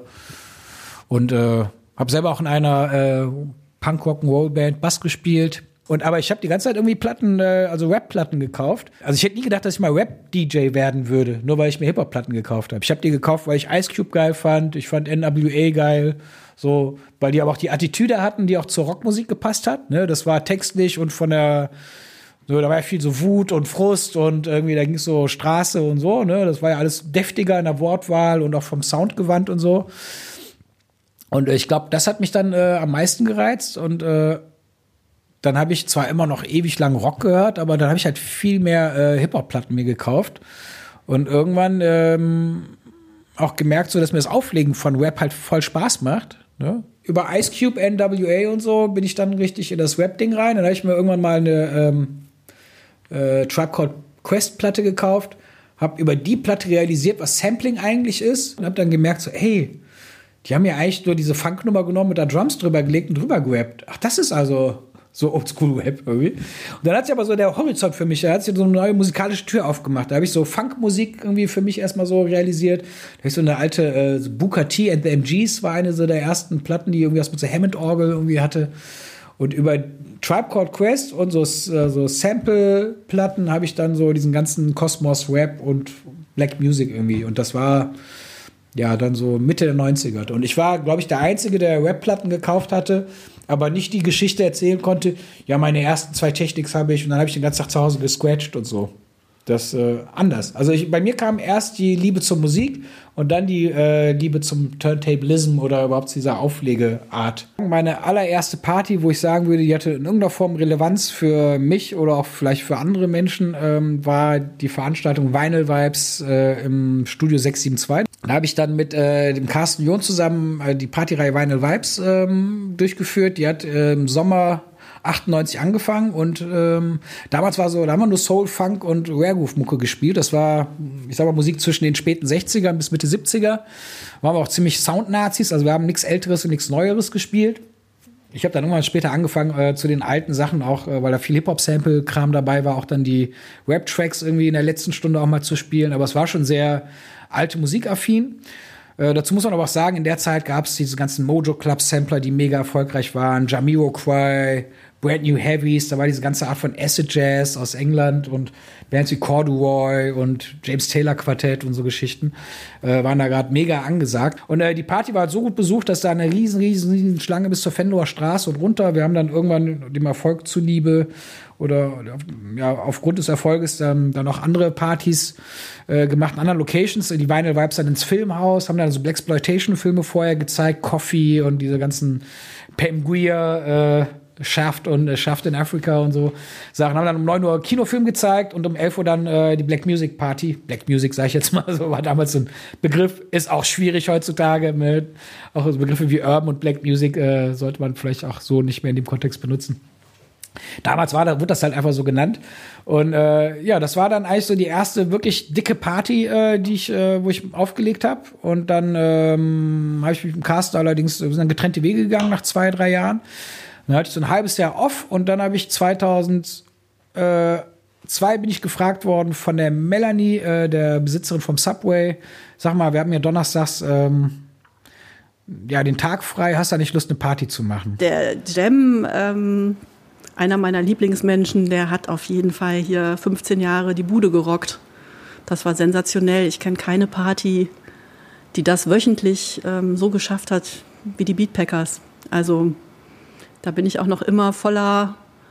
und habe selber auch in einer Punk-Rock-and-Roll-Band Bass gespielt. Aber ich habe die ganze Zeit irgendwie Rap-Platten gekauft. Also ich hätte nie gedacht, dass ich mal Rap-DJ werden würde, nur weil ich mir Hip-Hop-Platten gekauft habe. Ich habe die gekauft, weil ich Ice Cube geil fand, ich fand NWA geil, so, weil die aber auch die Attitüde hatten, die auch zur Rockmusik gepasst hat. Ne? Das war textlich und da war ja viel so Wut und Frust und irgendwie, da ging es so Straße und so. Ne? Das war ja alles deftiger in der Wortwahl und auch vom Sound gewandt und so. Und ich glaube, das hat mich dann am meisten gereizt und dann habe ich zwar immer noch ewig lang Rock gehört, aber dann habe ich halt viel mehr Hip-Hop-Platten mir gekauft und irgendwann auch gemerkt, so dass mir das Auflegen von Rap halt voll Spaß macht. Ne? Über Ice Cube, NWA und so bin ich dann richtig in das Rap-Ding rein. Dann habe ich mir irgendwann mal eine Tribe Called Quest-Platte gekauft, habe über die Platte realisiert, was Sampling eigentlich ist und habe dann gemerkt, so, hey, die haben ja eigentlich nur diese Funknummer genommen, mit da Drums drüber gelegt und drüber gerappt. Ach, das ist also so Oldschool-Rap irgendwie. Und dann hat sich aber so der Horizont für mich, da hat sich so eine neue musikalische Tür aufgemacht. Da habe ich so Funkmusik irgendwie für mich erstmal so realisiert. Da habe ich so eine alte so Booker T and the MGs war eine so der ersten Platten, die irgendwie was mit so Hammond-Orgel irgendwie hatte. Und über Tribe Called Quest und so Sample-Platten habe ich dann so diesen ganzen Kosmos Rap und Black Music irgendwie. Und das war ja dann so Mitte der 90er. Und ich war, glaube ich, der Einzige, der Rap-Platten gekauft hatte, aber nicht die Geschichte erzählen konnte, ja, meine ersten 2 Technics habe ich und dann habe ich den ganzen Tag zu Hause gescratcht und so. Das anders. Also bei mir kam erst die Liebe zur Musik und dann die Liebe zum Turntablism oder überhaupt dieser Auflegeart. Meine allererste Party, wo ich sagen würde, die hatte in irgendeiner Form Relevanz für mich oder auch vielleicht für andere Menschen, war die Veranstaltung Vinyl Vibes im Studio 672. Da habe ich dann mit dem Carsten John zusammen die Partyreihe Vinyl Vibes durchgeführt. Die hat im Sommer 98 angefangen und damals da haben wir nur Soul, Funk und Rare-Groove-Mucke gespielt. Das war, ich sag mal, Musik zwischen den späten 60ern bis Mitte 70er. Waren wir auch ziemlich Sound-Nazis, also wir haben nichts Älteres und nichts Neueres gespielt. Ich habe dann irgendwann später angefangen zu den alten Sachen auch, weil da viel Hip-Hop-Sample-Kram dabei war, auch dann die Rap-Tracks irgendwie in der letzten Stunde auch mal zu spielen. Aber es war schon sehr alte Musikaffin. Dazu muss man aber auch sagen, in der Zeit gab es diese ganzen Mojo Club Sampler, die mega erfolgreich waren. Jamiroquai, Brand New Heavies, da war diese ganze Art von Acid Jazz aus England und Bands wie Corduroy und James Taylor Quartett und so Geschichten waren da gerade mega angesagt. Und die Party war halt so gut besucht, dass da eine riesen Schlange bis zur Venloer Straße und runter. Wir haben dann irgendwann dem Erfolg zuliebe oder ja, aufgrund des Erfolges dann auch andere Partys gemacht in anderen Locations. Die Vinyl Vibes dann ins Filmhaus, haben dann so Blaxploitation-Filme vorher gezeigt, Coffee und diese ganzen Pam Grier Shaft in Africa und so Sachen. Haben dann um 9 Uhr Kinofilm gezeigt und um 11 Uhr dann die Black Music Party. Black Music, sag ich jetzt mal, so war damals so ein Begriff, ist auch schwierig heutzutage. Auch so Begriffe wie Urban und Black Music sollte man vielleicht auch so nicht mehr in dem Kontext benutzen. Damals wurde das halt einfach so genannt. Und ja, das war dann eigentlich so die erste wirklich dicke Party, wo ich aufgelegt habe. Und dann habe ich mit dem Carsten allerdings, wir sind dann getrennte Wege gegangen nach 2-3 Jahren. Dann hatte ich so ein halbes Jahr off und dann habe ich 2002 bin ich gefragt worden von der Melanie, der Besitzerin vom Subway. Sag mal, wir haben ja donnerstags den Tag frei. Hast du nicht Lust, eine Party zu machen? Der Jem, einer meiner Lieblingsmenschen, der hat auf jeden Fall hier 15 Jahre die Bude gerockt. Das war sensationell. Ich kenne keine Party, die das wöchentlich so geschafft hat wie die Beatpackers. Also da bin ich auch noch immer voller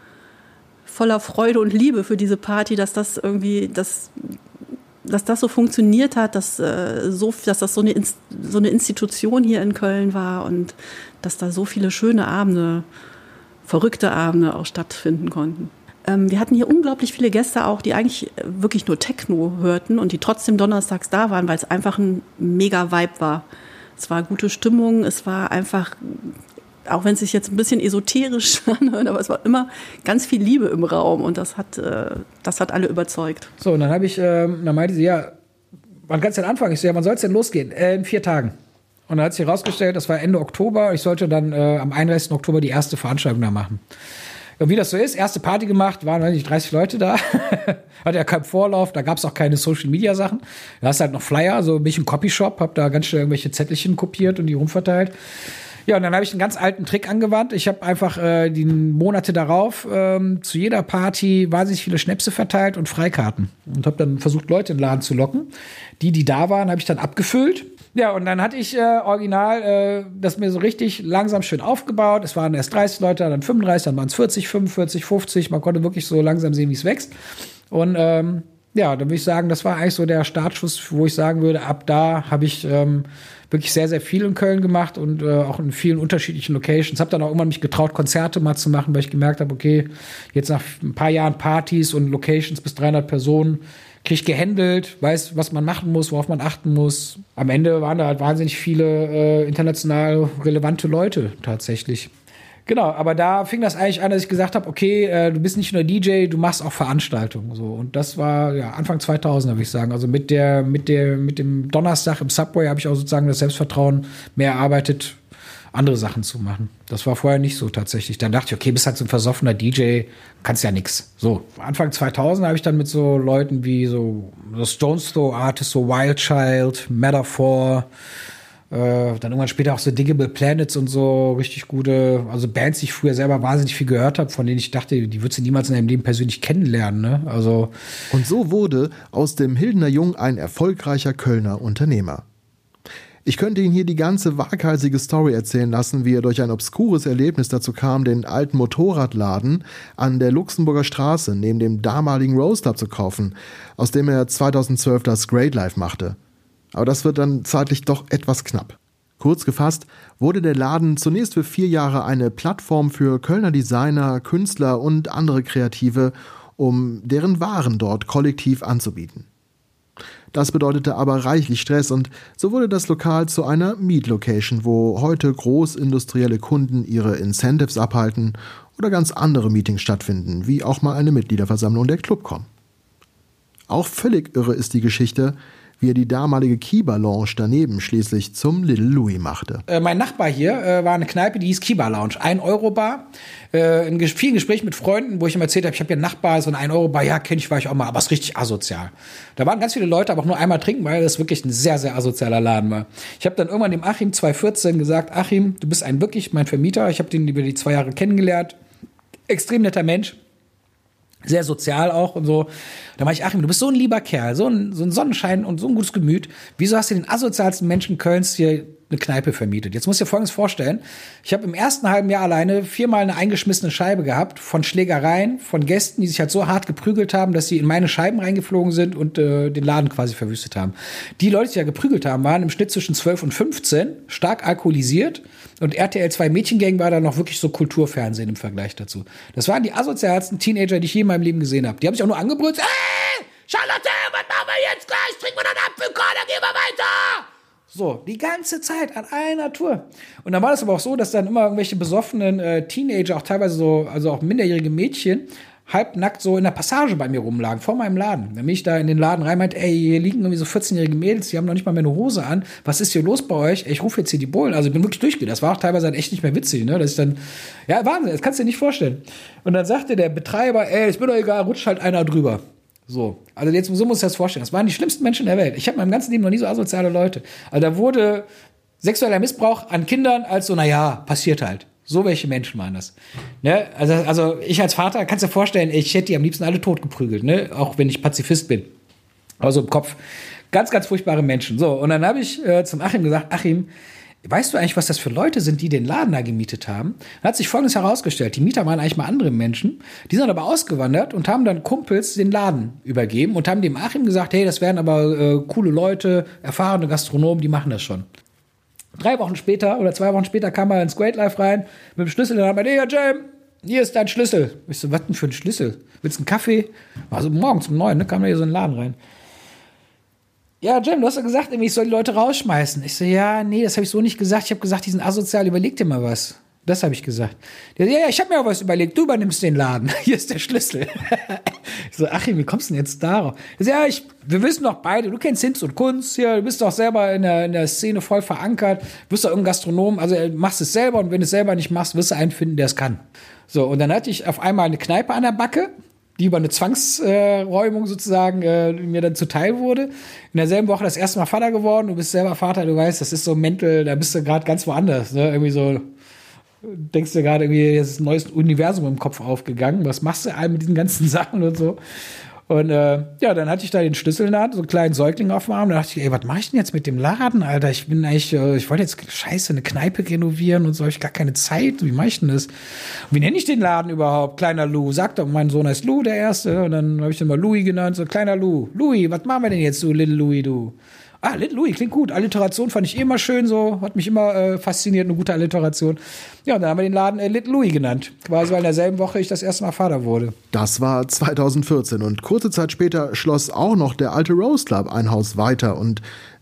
Freude und Liebe für diese Party, dass das irgendwie, dass das so funktioniert hat, dass das so eine Institution hier in Köln war und dass da so viele schöne Abende, verrückte Abende auch stattfinden konnten. Wir hatten hier unglaublich viele Gäste auch, die eigentlich wirklich nur Techno hörten und die trotzdem donnerstags da waren, weil es einfach ein mega Vibe war. Es war gute Stimmung, es war einfach, auch wenn es sich jetzt ein bisschen esoterisch anhört, aber es war immer ganz viel Liebe im Raum und das hat alle überzeugt. So, und dann dann meinte sie, ja, wann kannst du denn anfangen? Ich so, ja, wann soll es denn losgehen? In 4 Tagen. Und dann hat sich herausgestellt, das war Ende Oktober, ich sollte dann am 31. Oktober die erste Veranstaltung da machen. Und wie das so ist, erste Party gemacht, waren eigentlich 30 Leute da. Hatte ja keinen Vorlauf, da gab es auch keine Social-Media-Sachen. Da hast halt noch Flyer, so bin ich im Copyshop, hab da ganz schnell irgendwelche Zettelchen kopiert und die rumverteilt. Ja, und dann habe ich einen ganz alten Trick angewandt. Ich habe einfach die Monate darauf zu jeder Party wahnsinnig viele Schnäpse verteilt und Freikarten. Und habe dann versucht, Leute in den Laden zu locken. Die da waren, habe ich dann abgefüllt. Ja, und dann hatte ich original das mir so richtig langsam schön aufgebaut. Es waren erst 30 Leute, dann 35, dann waren es 40, 45, 50. Man konnte wirklich so langsam sehen, wie es wächst. Und dann würde ich sagen, das war eigentlich so der Startschuss, wo ich sagen würde, ab da habe ich wirklich sehr, sehr viel in Köln gemacht und auch in vielen unterschiedlichen Locations. Habe dann auch irgendwann mich getraut, Konzerte mal zu machen, weil ich gemerkt habe, okay, jetzt nach ein paar Jahren Partys und Locations bis 300 Personen, kriege ich gehandelt, weiß, was man machen muss, worauf man achten muss. Am Ende waren da halt wahnsinnig viele international relevante Leute tatsächlich. Genau, aber da fing das eigentlich an, dass ich gesagt habe, okay, du bist nicht nur DJ, du machst auch Veranstaltungen. So. Und das war ja Anfang 2000, würde ich sagen. Also mit dem Donnerstag im Subway habe ich auch sozusagen das Selbstvertrauen mehr erarbeitet, andere Sachen zu machen. Das war vorher nicht so tatsächlich. Dann dachte ich, okay, bist halt so ein versoffener DJ, kannst ja nix. So, Anfang 2000 habe ich dann mit so Leuten wie so Stones Throw Artists, so Wild Child, Metaphor, dann irgendwann später auch so Digable Planets und so richtig gute, also Bands, die ich früher selber wahnsinnig viel gehört habe, von denen ich dachte, die würdest du niemals in deinem Leben persönlich kennenlernen. Ne? Also Und so wurde aus dem Hildener Jung ein erfolgreicher Kölner Unternehmer. Ich könnte Ihnen hier die ganze waghalsige Story erzählen lassen, wie er durch ein obskures Erlebnis dazu kam, den alten Motorradladen an der Luxemburger Straße neben dem damaligen Rose Club zu kaufen, aus dem er 2012 das Great Life machte. Aber das wird dann zeitlich doch etwas knapp. Kurz gefasst wurde der Laden zunächst für 4 Jahre eine Plattform für Kölner Designer, Künstler und andere Kreative, um deren Waren dort kollektiv anzubieten. Das bedeutete aber reichlich Stress und so wurde das Lokal zu einer Meet-Location, wo heute großindustrielle Kunden ihre Incentives abhalten oder ganz andere Meetings stattfinden, wie auch mal eine Mitgliederversammlung der Clubcom. Auch völlig irre ist die Geschichte, wie er die damalige Kiba Lounge daneben schließlich zum Little Louis machte. Mein Nachbar hier war eine Kneipe, die hieß Kiba Lounge, 1-Euro-Bar. In vielen Gesprächen mit Freunden, wo ich ihm erzählt habe, ich habe hier einen Nachbar, so eine 1-Euro-Bar, ja, kenne ich, war ich auch mal, aber es ist richtig asozial. Da waren ganz viele Leute, aber auch nur einmal trinken, weil das wirklich ein sehr, sehr asozialer Laden war. Ich habe dann irgendwann dem Achim 2014 gesagt, Achim, du bist wirklich mein Vermieter, ich habe den über die 2 Jahre kennengelernt, extrem netter Mensch. Sehr sozial auch und so. Da meinte ich, Achim, du bist so ein lieber Kerl, so ein Sonnenschein und so ein gutes Gemüt. Wieso hast du den asozialsten Menschen Kölns hier eine Kneipe vermietet? Jetzt musst du dir Folgendes vorstellen. Ich habe im ersten halben Jahr alleine 4-mal eine eingeschmissene Scheibe gehabt von Schlägereien, von Gästen, die sich halt so hart geprügelt haben, dass sie in meine Scheiben reingeflogen sind und den Laden quasi verwüstet haben. Die Leute, die ja geprügelt haben, waren im Schnitt zwischen 12 und 15, stark alkoholisiert. Und RTL 2 Mädchengang war dann noch wirklich so Kulturfernsehen im Vergleich dazu. Das waren die asozialsten Teenager, die ich je in meinem Leben gesehen habe. Die haben sich auch nur angebrüllt, Charlotte, was machen wir jetzt gleich? Trinken wir dann Apfelkorn, dann gehen wir weiter. So, die ganze Zeit an einer Tour. Und dann war das aber auch so, dass dann immer irgendwelche besoffenen Teenager, auch teilweise so, also auch minderjährige Mädchen, halbnackt so in der Passage bei mir rumlagen, vor meinem Laden. Dann bin ich da in den Laden rein, meinte, hier liegen irgendwie so 14-jährige Mädels, die haben noch nicht mal mehr eine Hose an. Was ist hier los bei euch? Ich rufe jetzt hier die Bullen. Also ich bin wirklich durchgegangen. Das war auch teilweise halt echt nicht mehr witzig, ne? Dass ich dann, ja, Wahnsinn, das kannst du dir nicht vorstellen. Und dann sagte der Betreiber, ist mir doch egal, rutscht halt einer drüber. So, also jetzt so muss ich das vorstellen. Das waren die schlimmsten Menschen der Welt. Ich habe in meinem ganzen Leben noch nie so asoziale Leute. Also da wurde sexueller Missbrauch an Kindern als so, naja, passiert halt. So welche Menschen waren das. Ne? Also ich als Vater, kannst dir vorstellen, ich hätte die am liebsten alle totgeprügelt, ne? Auch wenn ich Pazifist bin. Aber so im Kopf. Ganz, ganz furchtbare Menschen. So, und dann habe ich zum Achim gesagt, Achim, weißt du eigentlich, was das für Leute sind, die den Laden da gemietet haben? Dann hat sich Folgendes herausgestellt. Die Mieter waren eigentlich mal andere Menschen. Die sind aber ausgewandert und haben dann Kumpels den Laden übergeben und haben dem Achim gesagt, hey, das wären aber coole Leute, erfahrene Gastronomen, die machen das schon. 3 Wochen später oder 2 Wochen später kam er ins Great Life rein mit dem Schlüssel. Dann hat er gesagt, hey, Jam, hier ist dein Schlüssel. Ich so, was denn für ein Schlüssel? Willst du einen Kaffee? Also morgens um 9, ne, kam er hier so in den Laden rein. Ja, Jam, du hast ja gesagt, ich soll die Leute rausschmeißen. Ich so, ja, nee, das habe ich so nicht gesagt. Ich habe gesagt, die sind asozial, überleg dir mal was. Das habe ich gesagt. Der so, ja, ich habe mir auch was überlegt. Du übernimmst den Laden. Hier ist der Schlüssel. Ich so, Achim, wie kommst du denn jetzt darauf? So, ja, wir wissen doch beide, du kennst Hinz und Kunst hier, du bist doch selber in der Szene voll verankert, wirst doch irgendein Gastronom, also machst es selber und wenn du es selber nicht machst, wirst du einen finden, der es kann. So, und dann hatte ich auf einmal eine Kneipe an der Backe, die über eine Zwangsräumung sozusagen mir dann zuteil wurde. In derselben Woche das erste Mal Vater geworden, du bist selber Vater, du weißt, das ist so mental, da bist du gerade ganz woanders, ne? Irgendwie so, denkst du gerade irgendwie, jetzt ist ein neues Universum im Kopf aufgegangen, was machst du all mit diesen ganzen Sachen und so. Und ja, dann hatte ich da den Schlüssel in der Hand, so einen kleinen Säugling auf dem Arm. Da dachte ich, was mache ich denn jetzt mit dem Laden, Alter? Ich wollte jetzt scheiße eine Kneipe renovieren und so, habe ich gar keine Zeit. Wie mache ich denn das? Wie nenne ich den Laden überhaupt? Kleiner Lou. Sag doch, mein Sohn heißt Lou, der Erste. Und dann habe ich den mal Louis genannt, so kleiner Lou. Louis, was machen wir denn jetzt, du Little Louis, du? Ah, Little Louis, klingt gut. Alliteration fand ich immer schön so, hat mich immer fasziniert, eine gute Alliteration. Ja, und dann haben wir den Laden Little Louis genannt. Quasi, weil in derselben Woche ich das erste Mal Vater wurde. Das war 2014 und kurze Zeit später schloss auch noch der alte Rose Club ein Haus weiter und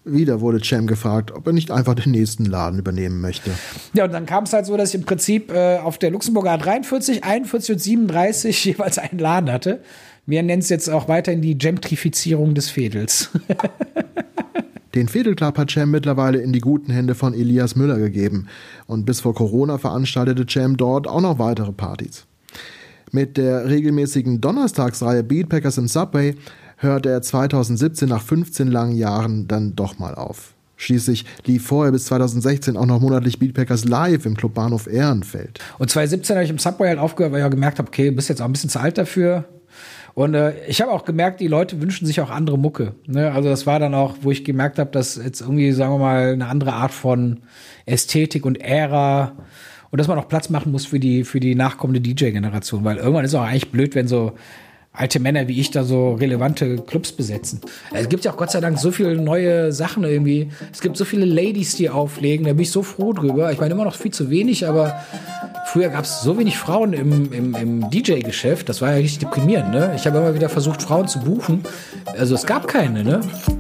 Wieder wurde Cem gefragt, ob er nicht einfach den nächsten Laden übernehmen möchte. Ja, und dann kam es halt so, dass ich im Prinzip auf der Luxemburger 43, 41 und 37 jeweils einen Laden hatte. Wir nennen es jetzt auch weiterhin die Gentrifizierung des Veedels. Den Veedel Club hat Cem mittlerweile in die guten Hände von Elias Müller gegeben. Und bis vor Corona veranstaltete Cem dort auch noch weitere Partys. Mit der regelmäßigen Donnerstagsreihe Beatpackers im Subway hörte er 2017 nach 15 langen Jahren dann doch mal auf. Schließlich lief vorher bis 2016 auch noch monatlich Beatpackers live im Club Bahnhof Ehrenfeld. Und 2017 habe ich im Subway halt aufgehört, weil ich auch gemerkt habe, okay, du bist jetzt auch ein bisschen zu alt dafür. Und ich habe auch gemerkt, die Leute wünschen sich auch andere Mucke. Ne? Also das war dann auch, wo ich gemerkt habe, dass jetzt irgendwie, sagen wir mal, eine andere Art von Ästhetik und Ära und dass man auch Platz machen muss für die nachkommende DJ-Generation. Weil irgendwann ist es auch eigentlich blöd, wenn so alte Männer wie ich da so relevante Clubs besetzen. Es gibt ja auch Gott sei Dank so viele neue Sachen irgendwie. Es gibt so viele Ladies, die auflegen. Da bin ich so froh drüber. Ich meine immer noch viel zu wenig, aber früher gab es so wenig Frauen im DJ-Geschäft. Das war ja richtig deprimierend, ne? Ich habe immer wieder versucht, Frauen zu buchen. Also es gab keine, ne?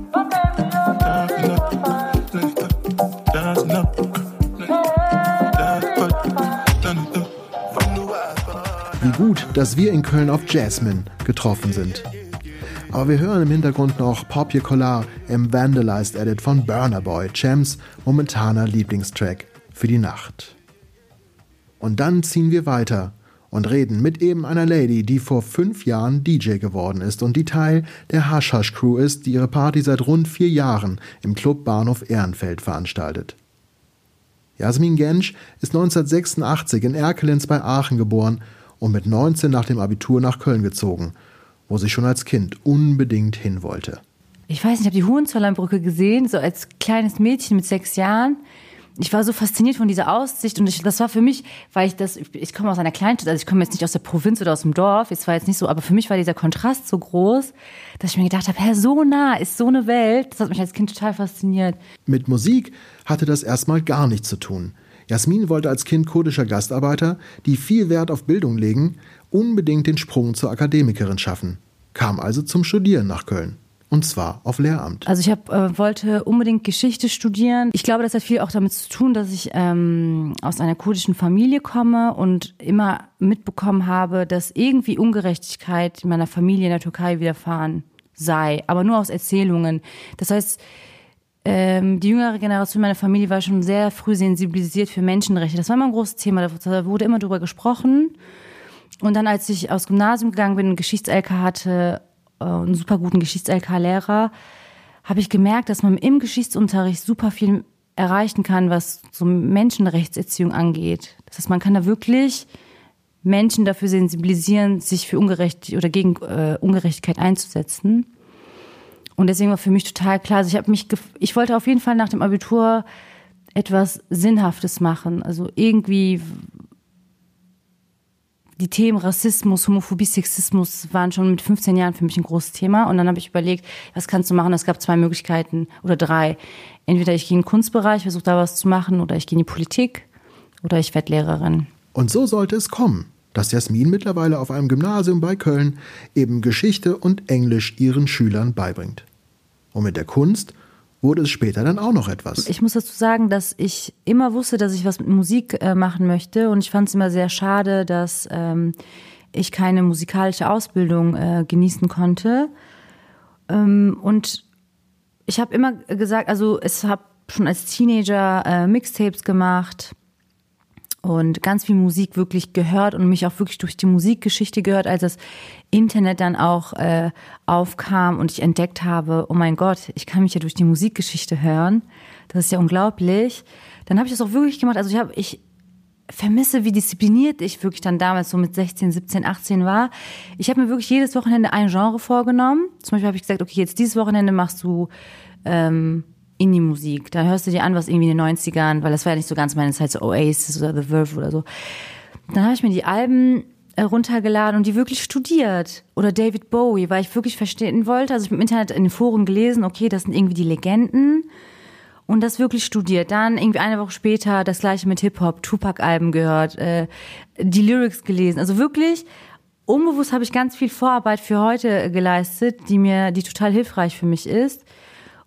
Wie gut, dass wir in Köln auf Jasmine getroffen sind. Aber wir hören im Hintergrund noch Pop Your Collar im Vandalized Edit von Burna Boy, Cems momentaner Lieblingstrack für die Nacht. Und dann ziehen wir weiter und reden mit eben einer Lady, die vor 5 Jahren DJ geworden ist und die Teil der Hush Hush Crew ist, die ihre Party seit rund 4 Jahren im Club Bahnhof Ehrenfeld veranstaltet. Jasmin Gensch ist 1986 in Erkelenz bei Aachen geboren und mit 19 nach dem Abitur nach Köln gezogen, wo sie schon als Kind unbedingt hin wollte. Ich weiß nicht, ich habe die Hohenzollernbrücke gesehen, so als kleines Mädchen mit 6 Jahren. Ich war so fasziniert von dieser Aussicht und das war für mich, weil ich komme aus einer Kleinstadt, also ich komme jetzt nicht aus der Provinz oder aus dem Dorf, es war jetzt nicht so, aber für mich war dieser Kontrast so groß, dass ich mir gedacht habe, so nah ist so eine Welt, das hat mich als Kind total fasziniert. Mit Musik hatte das erstmal gar nichts zu tun. Jasmin wollte als Kind kurdischer Gastarbeiter, die viel Wert auf Bildung legen, unbedingt den Sprung zur Akademikerin schaffen, kam also zum Studieren nach Köln. Und zwar auf Lehramt. Also ich wollte unbedingt Geschichte studieren. Ich glaube, das hat viel auch damit zu tun, dass ich aus einer kurdischen Familie komme und immer mitbekommen habe, dass irgendwie Ungerechtigkeit in meiner Familie in der Türkei widerfahren sei, aber nur aus Erzählungen. Das heißt, die jüngere Generation meiner Familie war schon sehr früh sensibilisiert für Menschenrechte. Das war immer ein großes Thema, da wurde immer drüber gesprochen. Und dann, als ich aufs Gymnasium gegangen bin und Geschichts-LK hatte, einen super guten Geschichts-LK-Lehrer, habe ich gemerkt, dass man im Geschichtsunterricht super viel erreichen kann, was so Menschenrechtserziehung angeht. Das heißt, man kann da wirklich Menschen dafür sensibilisieren, sich für gegen Ungerechtigkeit einzusetzen. Und deswegen war für mich total klar, also ich wollte auf jeden Fall nach dem Abitur etwas Sinnhaftes machen. Also irgendwie die Themen Rassismus, Homophobie, Sexismus waren schon mit 15 Jahren für mich ein großes Thema. Und dann habe ich überlegt, was kannst du machen? Es gab 2 Möglichkeiten oder 3. Entweder ich gehe in den Kunstbereich, versuche da was zu machen, oder ich gehe in die Politik oder ich werde Lehrerin. Und so sollte es kommen, dass Jasmin mittlerweile auf einem Gymnasium bei Köln eben Geschichte und Englisch ihren Schülern beibringt. Und mit der Kunst wurde es später dann auch noch etwas. Ich muss dazu sagen, dass ich immer wusste, dass ich was mit Musik machen möchte. Und ich fand es immer sehr schade, dass ich keine musikalische Ausbildung genießen konnte. Und ich habe immer gesagt, also ich habe schon als Teenager Mixtapes gemacht und ganz viel Musik wirklich gehört und mich auch wirklich durch die Musikgeschichte gehört, als das Internet dann auch aufkam und ich entdeckt habe, oh mein Gott, ich kann mich ja durch die Musikgeschichte hören. Das ist ja unglaublich. Dann habe ich das auch wirklich gemacht. Also ich vermisse, wie diszipliniert ich wirklich dann damals so mit 16, 17, 18 war. Ich habe mir wirklich jedes Wochenende ein Genre vorgenommen. Zum Beispiel habe ich gesagt, okay, jetzt dieses Wochenende machst du Indie-Musik. Da hörst du dir an, was irgendwie in den 90ern, weil das war ja nicht so ganz meine Zeit, so Oasis oder The Verve oder so. Dann habe ich mir die Alben runtergeladen und die wirklich studiert. Oder David Bowie, weil ich wirklich verstehen wollte. Also ich habe im Internet in den Foren gelesen, okay, das sind irgendwie die Legenden. Und das wirklich studiert. Dann irgendwie eine Woche später das gleiche mit Hip-Hop, Tupac-Alben gehört, die Lyrics gelesen. Also wirklich unbewusst habe ich ganz viel Vorarbeit für heute geleistet, die total hilfreich für mich ist.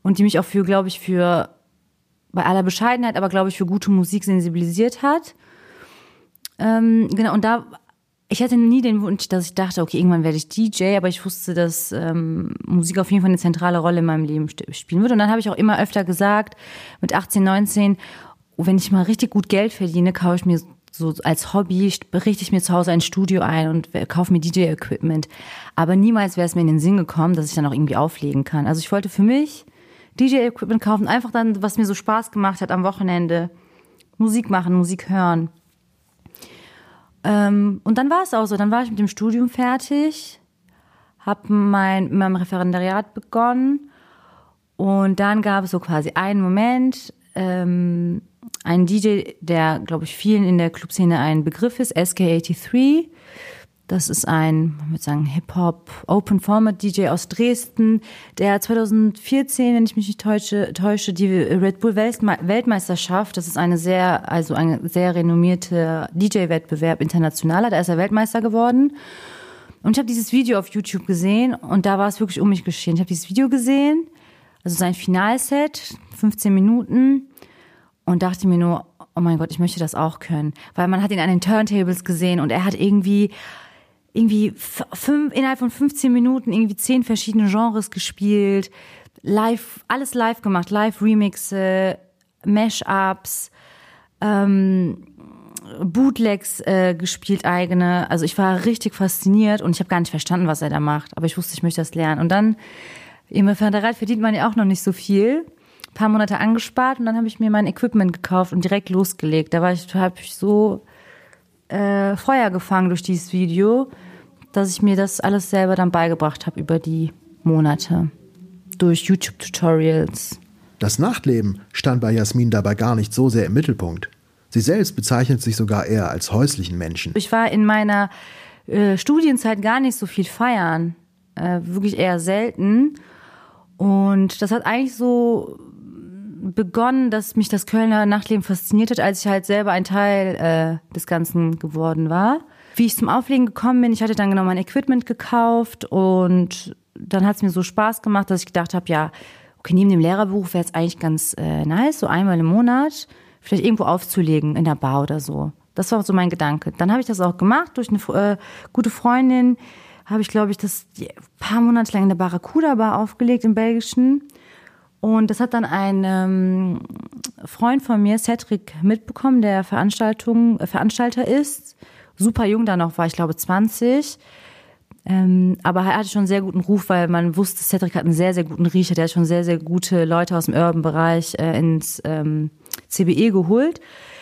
und die mich auch bei aller Bescheidenheit, aber glaube ich für gute Musik sensibilisiert hat. Genau, und ich hatte nie den Wunsch, dass ich dachte, okay, irgendwann werde ich DJ, aber ich wusste, dass Musik auf jeden Fall eine zentrale Rolle in meinem Leben spielen würde. Und dann habe ich auch immer öfter gesagt, mit 18, 19, wenn ich mal richtig gut Geld verdiene, kaufe ich mir so als Hobby, richte ich mir zu Hause ein Studio ein und kaufe mir DJ-Equipment. Aber niemals wäre es mir in den Sinn gekommen, dass ich dann auch irgendwie auflegen kann. Also ich wollte für mich DJ-Equipment kaufen, einfach dann, was mir so Spaß gemacht hat am Wochenende. Musik machen, Musik hören. Und dann war es auch so, dann war ich mit dem Studium fertig, habe mit meinem Referendariat begonnen und dann gab es so quasi einen Moment, ein DJ, der, glaube ich, vielen in der Clubszene ein Begriff ist, SK83. Das ist ein, man würde sagen, Hip-Hop, Open-Format-DJ aus Dresden, der 2014, wenn ich mich nicht täusche, die Red Bull Weltmeisterschaft, das ist ein sehr renommierter DJ-Wettbewerb internationaler, da ist er Weltmeister geworden. Und ich habe dieses Video auf YouTube gesehen und da war es wirklich um mich geschehen. Ich habe dieses Video gesehen, also sein Finalset, 15 Minuten und dachte mir nur, oh mein Gott, ich möchte das auch können. Weil man hat ihn an den Turntables gesehen und er hat irgendwie innerhalb von 15 Minuten irgendwie 10 verschiedene Genres gespielt, alles live gemacht, Live-Remixe, Mash-Ups, Bootlegs gespielt, eigene. Also ich war richtig fasziniert und ich habe gar nicht verstanden, was er da macht, aber ich wusste, ich möchte das lernen. Und dann im Referendariat verdient man ja auch noch nicht so viel. Ein paar Monate angespart und dann habe ich mir mein Equipment gekauft und direkt losgelegt. Da habe ich so Feuer gefangen durch dieses Video, dass ich mir das alles selber dann beigebracht habe über die Monate. Durch YouTube-Tutorials. Das Nachtleben stand bei Jasmin dabei gar nicht so sehr im Mittelpunkt. Sie selbst bezeichnet sich sogar eher als häuslichen Menschen. Ich war in meiner Studienzeit gar nicht so viel feiern. Wirklich eher selten. Und das hat eigentlich so begonnen, dass mich das Kölner Nachtleben fasziniert hat, als ich halt selber ein Teil des Ganzen geworden war. Wie ich zum Auflegen gekommen bin, ich hatte dann genau mein Equipment gekauft und dann hat es mir so Spaß gemacht, dass ich gedacht habe, ja, okay, neben dem Lehrerberuf wäre es eigentlich ganz nice, so einmal im Monat vielleicht irgendwo aufzulegen in der Bar oder so. Das war so mein Gedanke. Dann habe ich das auch gemacht durch eine gute Freundin, habe ich, glaube ich, das ein paar Monate lang in der Barracuda Bar aufgelegt im Belgischen. Und das hat dann ein Freund von mir, Cedric, mitbekommen, der Veranstalter ist. Super jung da noch war, ich glaube 20. Aber er hatte schon einen sehr guten Ruf, weil man wusste, Cedric hat einen sehr, sehr guten Riecher. Der hat schon sehr, sehr gute Leute aus dem Urban-Bereich ins CBE geholt.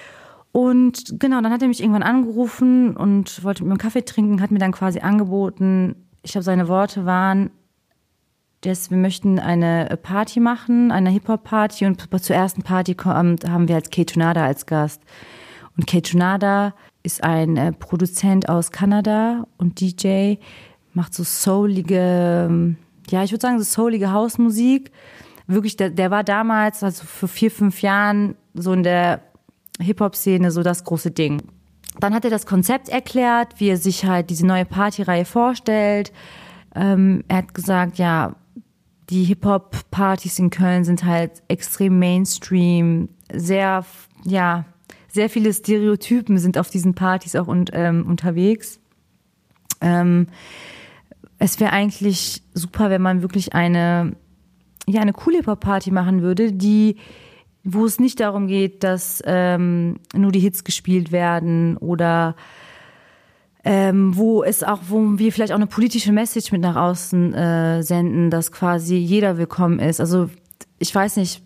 Und genau, dann hat er mich irgendwann angerufen und wollte mit mir einen Kaffee trinken, hat mir dann quasi angeboten, ich glaube, seine Worte waren, wir möchten eine Party machen, eine Hip-Hop-Party und zur ersten Party haben wir als Kaytranada als Gast. Und Kaytranada ist ein Produzent aus Kanada und DJ, macht so soulige, ja, ich würde sagen so soulige Hausmusik. Wirklich, der war damals, also vor 4-5 Jahren, so in der Hip-Hop-Szene so das große Ding. Dann hat er das Konzept erklärt, wie er sich halt diese neue Partyreihe vorstellt. Er hat gesagt, ja, die Hip-Hop-Partys in Köln sind halt extrem Mainstream, sehr viele Stereotypen sind auf diesen Partys auch unterwegs. Es wäre eigentlich super, wenn man wirklich eine coole Hip-Hop-Party machen würde, wo es nicht darum geht, dass nur die Hits gespielt werden oder wo wir vielleicht auch eine politische Message mit nach außen senden, dass quasi jeder willkommen ist. Also ich weiß nicht,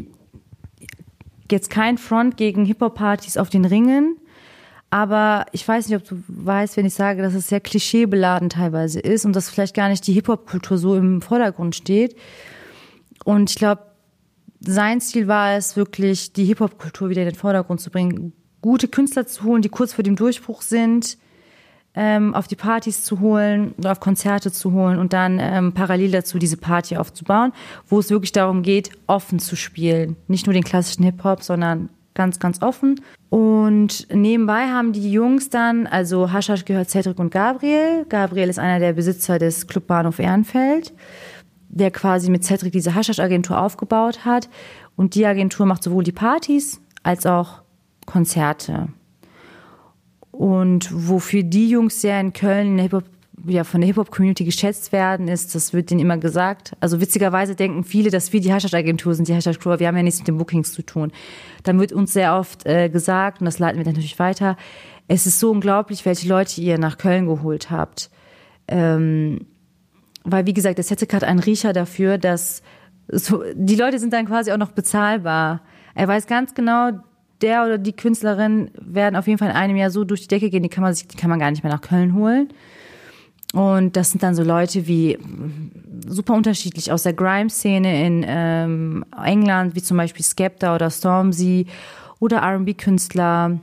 jetzt kein Front gegen Hip-Hop-Partys auf den Ringen, aber ich weiß nicht, ob du weißt, wenn ich sage, dass es sehr klischeebeladen teilweise ist und dass vielleicht gar nicht die Hip-Hop-Kultur so im Vordergrund steht. Und ich glaube, sein Ziel war es wirklich, die Hip-Hop-Kultur wieder in den Vordergrund zu bringen, gute Künstler zu holen, die kurz vor dem Durchbruch sind, auf die Partys zu holen oder auf Konzerte zu holen und dann parallel dazu diese Party aufzubauen, wo es wirklich darum geht, offen zu spielen. Nicht nur den klassischen Hip-Hop, sondern ganz, ganz offen. Und nebenbei haben die Jungs dann, also Haschasch gehört Cedric und Gabriel. Gabriel ist einer der Besitzer des Club Bahnhof Ehrenfeld. der quasi mit Cedric diese Haschisch-Agentur aufgebaut hat. Und die Agentur macht sowohl die Partys als auch Konzerte. Und wofür die Jungs sehr in Köln in der Hip-Hop, ja, von der Hip-Hop-Community geschätzt werden, ist, das wird denen immer gesagt. Also witzigerweise denken viele, dass wir die Haschisch-Agentur sind, die Haschisch-Crew, aber wir haben ja nichts mit den Bookings zu tun. Dann wird uns sehr oft gesagt, und das leiten wir dann natürlich weiter, es ist so unglaublich, welche Leute ihr nach Köln geholt habt. Weil, wie gesagt, der Cedric hat einen Riecher dafür, dass die Leute sind dann quasi auch noch bezahlbar. Er weiß ganz genau, der oder die Künstlerin werden auf jeden Fall in einem Jahr so durch die Decke gehen, die kann man gar nicht mehr nach Köln holen. Und das sind dann so Leute wie super unterschiedlich aus der Grime-Szene in England, wie zum Beispiel Skepta oder Stormzy oder R&B-Künstler.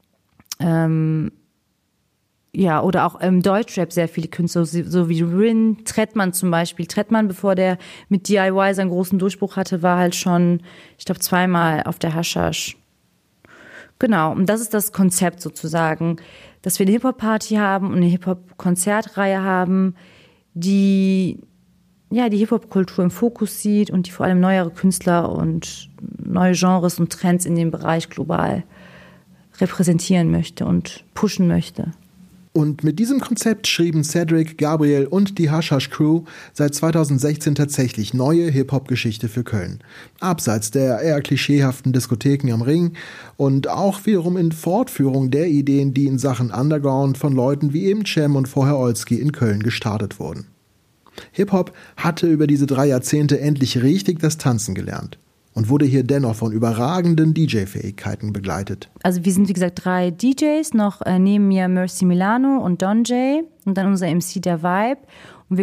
Ja, oder auch im Deutschrap sehr viele Künstler, so wie Rin, Trettmann zum Beispiel. Trettmann, bevor der mit DIY seinen großen Durchbruch hatte, war halt schon, ich glaube, 2-mal auf der Haschisch. Genau, und das ist das Konzept sozusagen, dass wir eine Hip-Hop-Party haben und eine Hip-Hop-Konzertreihe haben, die ja die Hip-Hop-Kultur im Fokus sieht und die vor allem neuere Künstler und neue Genres und Trends in dem Bereich global repräsentieren möchte und pushen möchte. Und mit diesem Konzept schrieben Cedric, Gabriel und die Haschisch Crew seit 2016 tatsächlich neue Hip-Hop-Geschichte für Köln. Abseits der eher klischeehaften Diskotheken am Ring und auch wiederum in Fortführung der Ideen, die in Sachen Underground von Leuten wie eben Cem und vorher Olski in Köln gestartet wurden. Hip-Hop hatte über diese 3 Jahrzehnte endlich richtig das Tanzen gelernt und wurde hier dennoch von überragenden DJ-Fähigkeiten begleitet. Also wir sind, wie gesagt, 3 DJs, noch neben mir Mercy Milano und Don J und dann unser MC der Vibe. Und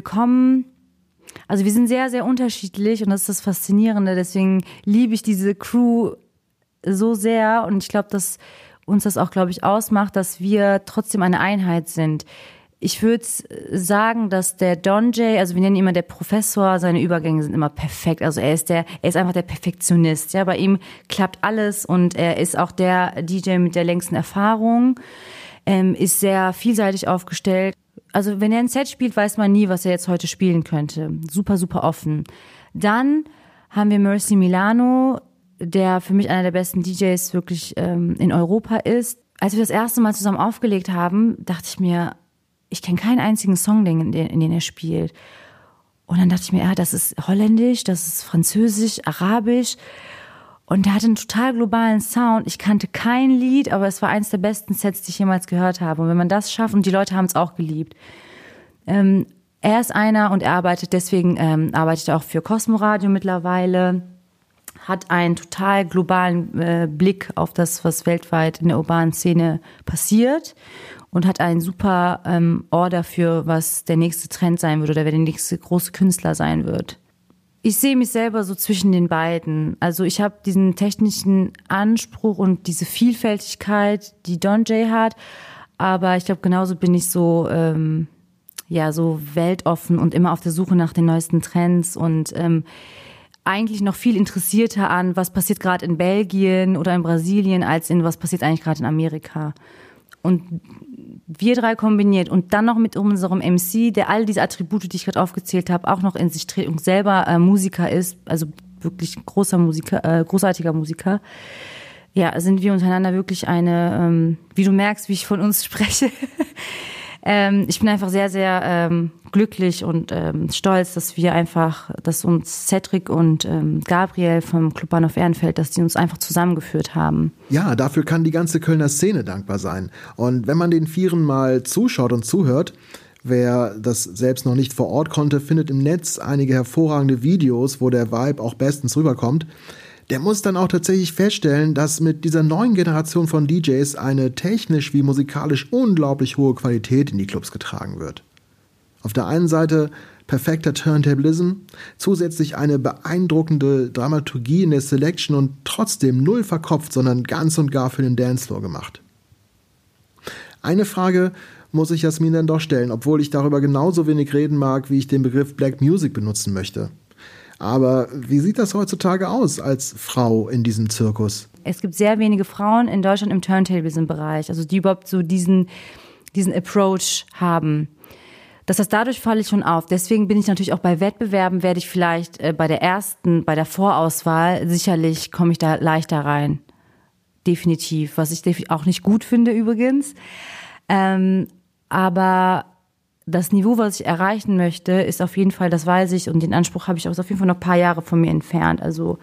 wir sind sehr, sehr unterschiedlich und das ist das Faszinierende. Deswegen liebe ich diese Crew so sehr und ich glaube, dass uns das auch, glaube ich, ausmacht, dass wir trotzdem eine Einheit sind. Ich würde sagen, dass der Don J, also wir nennen ihn immer der Professor, seine Übergänge sind immer perfekt. Also er ist einfach der Perfektionist. Ja, bei ihm klappt alles und er ist auch der DJ mit der längsten Erfahrung, ist sehr vielseitig aufgestellt. Also wenn er ein Set spielt, weiß man nie, was er jetzt heute spielen könnte. Super, super offen. Dann haben wir Mercy Milano, der für mich einer der besten DJs wirklich in Europa ist. Als wir das erste Mal zusammen aufgelegt haben, dachte ich mir, ich kenne keinen einzigen Song, in den er spielt. Und dann dachte ich mir, das ist Holländisch, das ist Französisch, Arabisch. Und der hatte einen total globalen Sound. Ich kannte kein Lied, aber es war eines der besten Sets, die ich jemals gehört habe. Und wenn man das schafft, und die Leute haben es auch geliebt. Er ist einer und er arbeitet auch für Cosmo Radio mittlerweile. Hat einen total globalen Blick auf das, was weltweit in der urbanen Szene passiert. Und hat einen super Ohr dafür, was der nächste Trend sein wird oder wer der nächste große Künstler sein wird. Ich sehe mich selber so zwischen den beiden. Also ich habe diesen technischen Anspruch und diese Vielfältigkeit, die Don J hat. Aber ich glaube, genauso bin ich so, so weltoffen und immer auf der Suche nach den neuesten Trends und eigentlich noch viel interessierter an, was passiert gerade in Belgien oder in Brasilien, als in was passiert eigentlich gerade in Amerika. Und wir 3 kombiniert und dann noch mit unserem MC, der all diese Attribute, die ich gerade aufgezählt habe, auch noch in sich trägt und selber Musiker ist, also wirklich großartiger Musiker, ja, sind wir untereinander wirklich eine, wie du merkst, wie ich von uns spreche. Ich bin einfach sehr, sehr glücklich und stolz, dass uns Cedric und Gabriel vom Club Bahnhof Ehrenfeld, dass die uns einfach zusammengeführt haben. Ja, dafür kann die ganze Kölner Szene dankbar sein. Und wenn man den Vieren mal zuschaut und zuhört, wer das selbst noch nicht vor Ort konnte, findet im Netz einige hervorragende Videos, wo der Vibe auch bestens rüberkommt. Der muss dann auch tatsächlich feststellen, dass mit dieser neuen Generation von DJs eine technisch wie musikalisch unglaublich hohe Qualität in die Clubs getragen wird. Auf der einen Seite perfekter Turntablism, zusätzlich eine beeindruckende Dramaturgie in der Selection und trotzdem null verkopft, sondern ganz und gar für den Dancefloor gemacht. Eine Frage muss ich Jasmin dann doch stellen, obwohl ich darüber genauso wenig reden mag, wie ich den Begriff Black Music benutzen möchte. Aber wie sieht das heutzutage aus als Frau in diesem Zirkus? Es gibt sehr wenige Frauen in Deutschland im Turntablism-Bereich, also die überhaupt so diesen Approach haben. Das heißt, dadurch falle ich schon auf. Deswegen bin ich natürlich auch bei Wettbewerben, werde ich vielleicht bei der Vorauswahl, sicherlich komme ich da leichter rein. Definitiv. Was ich auch nicht gut finde übrigens. Aber das Niveau, was ich erreichen möchte, ist auf jeden Fall, das weiß ich, und den Anspruch habe ich auch, ist auf jeden Fall noch ein paar Jahre von mir entfernt. Also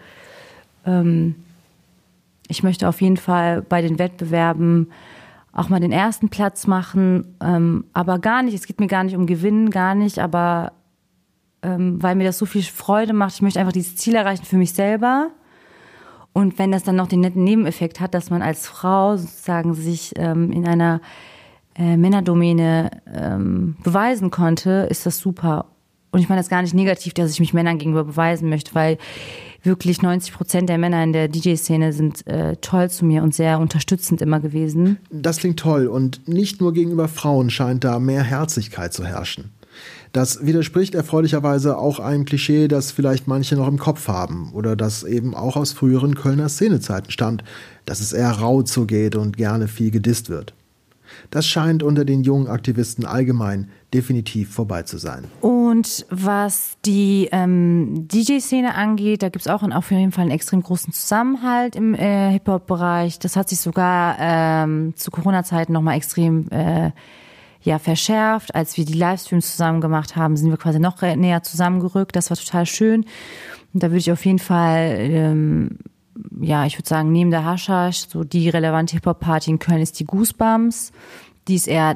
ich möchte auf jeden Fall bei den Wettbewerben auch mal den ersten Platz machen, aber gar nicht, es geht mir gar nicht um Gewinnen, gar nicht, aber weil mir das so viel Freude macht, ich möchte einfach dieses Ziel erreichen für mich selber. Und wenn das dann noch den netten Nebeneffekt hat, dass man als Frau sozusagen sich in einer Männerdomäne beweisen konnte, ist das super. Und ich meine das gar nicht negativ, dass ich mich Männern gegenüber beweisen möchte, weil wirklich 90% der Männer in der DJ-Szene sind toll zu mir und sehr unterstützend immer gewesen. Das klingt toll und nicht nur gegenüber Frauen scheint da mehr Herzlichkeit zu herrschen. Das widerspricht erfreulicherweise auch einem Klischee, das vielleicht manche noch im Kopf haben oder das eben auch aus früheren Kölner Szenezeiten stammt, dass es eher rau zugeht und gerne viel gedisst wird. Das scheint unter den jungen Aktivisten allgemein definitiv vorbei zu sein. Und was die DJ-Szene angeht, da gibt es auch auf jeden Fall einen extrem großen Zusammenhalt im Hip-Hop-Bereich. Das hat sich sogar zu Corona-Zeiten nochmal extrem verschärft. Als wir die Livestreams zusammen gemacht haben, sind wir quasi noch näher zusammengerückt. Das war total schön. Und da würde ich auf jeden Fall, ich würde sagen, neben der Haschisch, so die relevante Hip-Hop-Party in Köln ist die Goosebumps. Die ist eher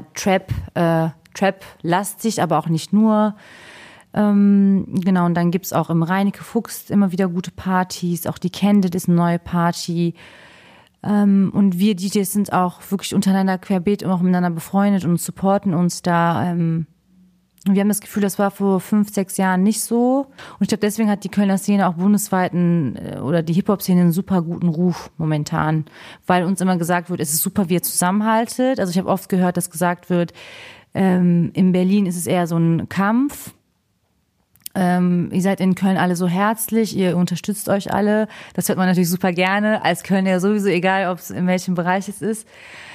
Trap-lastig, aber auch nicht nur. Genau, und dann gibt's auch im Reineke Fuchs immer wieder gute Partys. Auch die Candid ist eine neue Party. Und wir DJs sind auch wirklich untereinander querbeet und auch miteinander befreundet und supporten uns da. Wir haben das Gefühl, das war vor 5-6 Jahren nicht so. Und ich glaube, deswegen hat die Kölner Szene auch bundesweit oder die Hip-Hop-Szene einen super guten Ruf momentan. Weil uns immer gesagt wird, es ist super, wie ihr zusammenhaltet. Also ich habe oft gehört, dass gesagt wird, in Berlin ist es eher so ein Kampf. Ihr seid in Köln alle so herzlich, ihr unterstützt euch alle. Das hört man natürlich super gerne. Als Kölner ja sowieso, egal ob es in welchem Bereich es ist.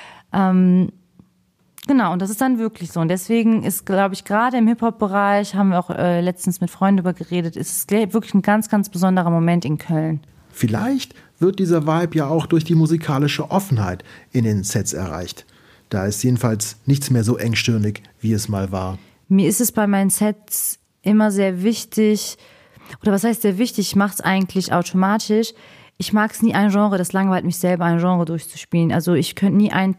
Genau, und das ist dann wirklich so. Und deswegen ist, glaube ich, gerade im Hip-Hop-Bereich, haben wir auch letztens mit Freunden darüber geredet, ist es wirklich ein ganz, ganz besonderer Moment in Köln. Vielleicht wird dieser Vibe ja auch durch die musikalische Offenheit in den Sets erreicht. Da ist jedenfalls nichts mehr so engstirnig, wie es mal war. Mir ist es bei meinen Sets immer sehr wichtig, oder was heißt sehr wichtig, ich mache es eigentlich automatisch. Ich mag es nie, ein Genre, das langweilt mich selber, ein Genre durchzuspielen. Also ich könnte nie ein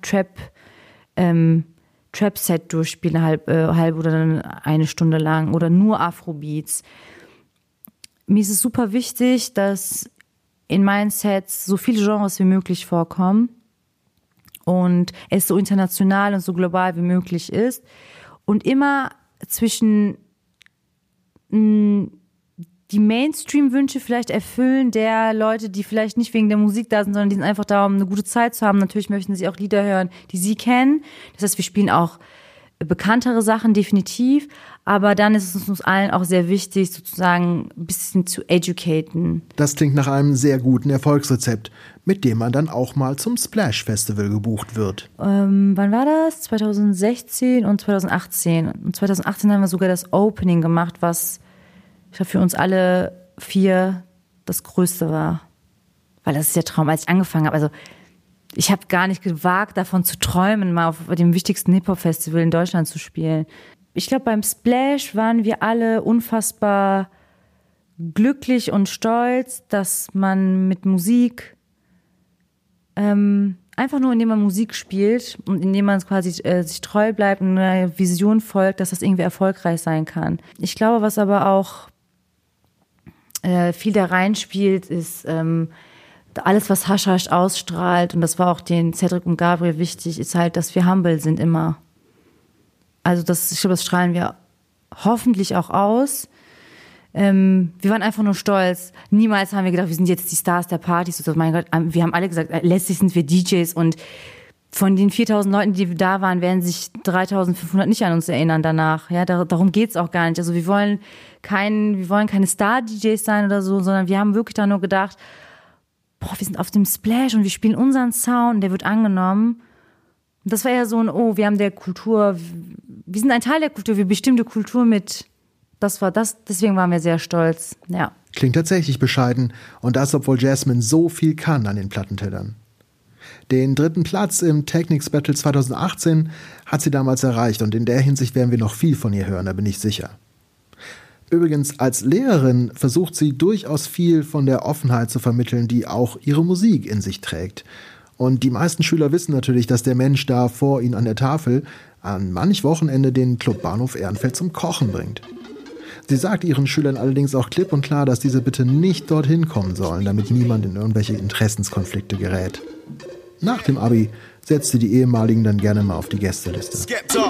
Trap-Set durchspielen, halb oder dann eine Stunde lang oder nur Afrobeats. Mir ist es super wichtig, dass in meinen Sets so viele Genres wie möglich vorkommen und es so international und so global wie möglich ist und immer zwischen die Mainstream-Wünsche vielleicht erfüllen der Leute, die vielleicht nicht wegen der Musik da sind, sondern die sind einfach da, um eine gute Zeit zu haben. Natürlich möchten sie auch Lieder hören, die sie kennen. Das heißt, wir spielen auch bekanntere Sachen, definitiv. Aber dann ist es uns allen auch sehr wichtig, sozusagen ein bisschen zu educaten. Das klingt nach einem sehr guten Erfolgsrezept, mit dem man dann auch mal zum Splash Festival gebucht wird. Wann war das? 2016 und 2018. Und 2018 haben wir sogar das Opening gemacht, was ich glaube, für uns alle 4 das Größte war. Weil das ist der Traum, als ich angefangen habe. Also ich habe gar nicht gewagt, davon zu träumen, mal auf dem wichtigsten Hip-Hop-Festival in Deutschland zu spielen. Ich glaube, beim Splash waren wir alle unfassbar glücklich und stolz, dass man mit Musik einfach nur, indem man Musik spielt und indem man quasi sich treu bleibt und einer Vision folgt, dass das irgendwie erfolgreich sein kann. Ich glaube, was aber auch viel da reinspielt, ist alles, was Haschisch ausstrahlt, und das war auch den Cedric und Gabriel wichtig, ist halt, dass wir humble sind immer. Also ich glaube, das strahlen wir hoffentlich auch aus. Wir waren einfach nur stolz. Niemals haben wir gedacht, wir sind jetzt die Stars der Partys. Also, mein Gott, wir haben alle gesagt, letztlich sind wir DJs, und von den 4.000 Leuten, die da waren, werden sich 3.500 nicht an uns erinnern danach. Ja, darum geht's auch gar nicht. Also wir wollen keine Star-DJs sein oder so, sondern wir haben wirklich da nur gedacht, wir sind auf dem Splash und wir spielen unseren Sound, der wird angenommen. Und das war eher so wir haben der Kultur wir sind ein Teil der Kultur, wir bestimmen die Kultur mit. Deswegen waren wir sehr stolz, ja. Klingt tatsächlich bescheiden und das, obwohl Jasmine so viel kann an den Plattentellern. Den 3. Platz im Technics Battle 2018 hat sie damals erreicht und in der Hinsicht werden wir noch viel von ihr hören, da bin ich sicher. Übrigens, als Lehrerin versucht sie durchaus viel von der Offenheit zu vermitteln, die auch ihre Musik in sich trägt. Und die meisten Schüler wissen natürlich, dass der Mensch da vor ihnen an der Tafel an manch Wochenende den Club Bahnhof Ehrenfeld zum Kochen bringt. Sie sagt ihren Schülern allerdings auch klipp und klar, dass diese bitte nicht dorthin kommen sollen, damit niemand in irgendwelche Interessenskonflikte gerät. Nach dem Abi setzt sie die ehemaligen dann gerne mal auf die Gästeliste. Skepta.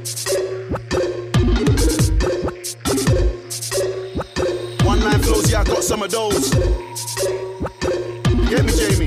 One-line flows, yeah, I got some of those. Get me, Jamie.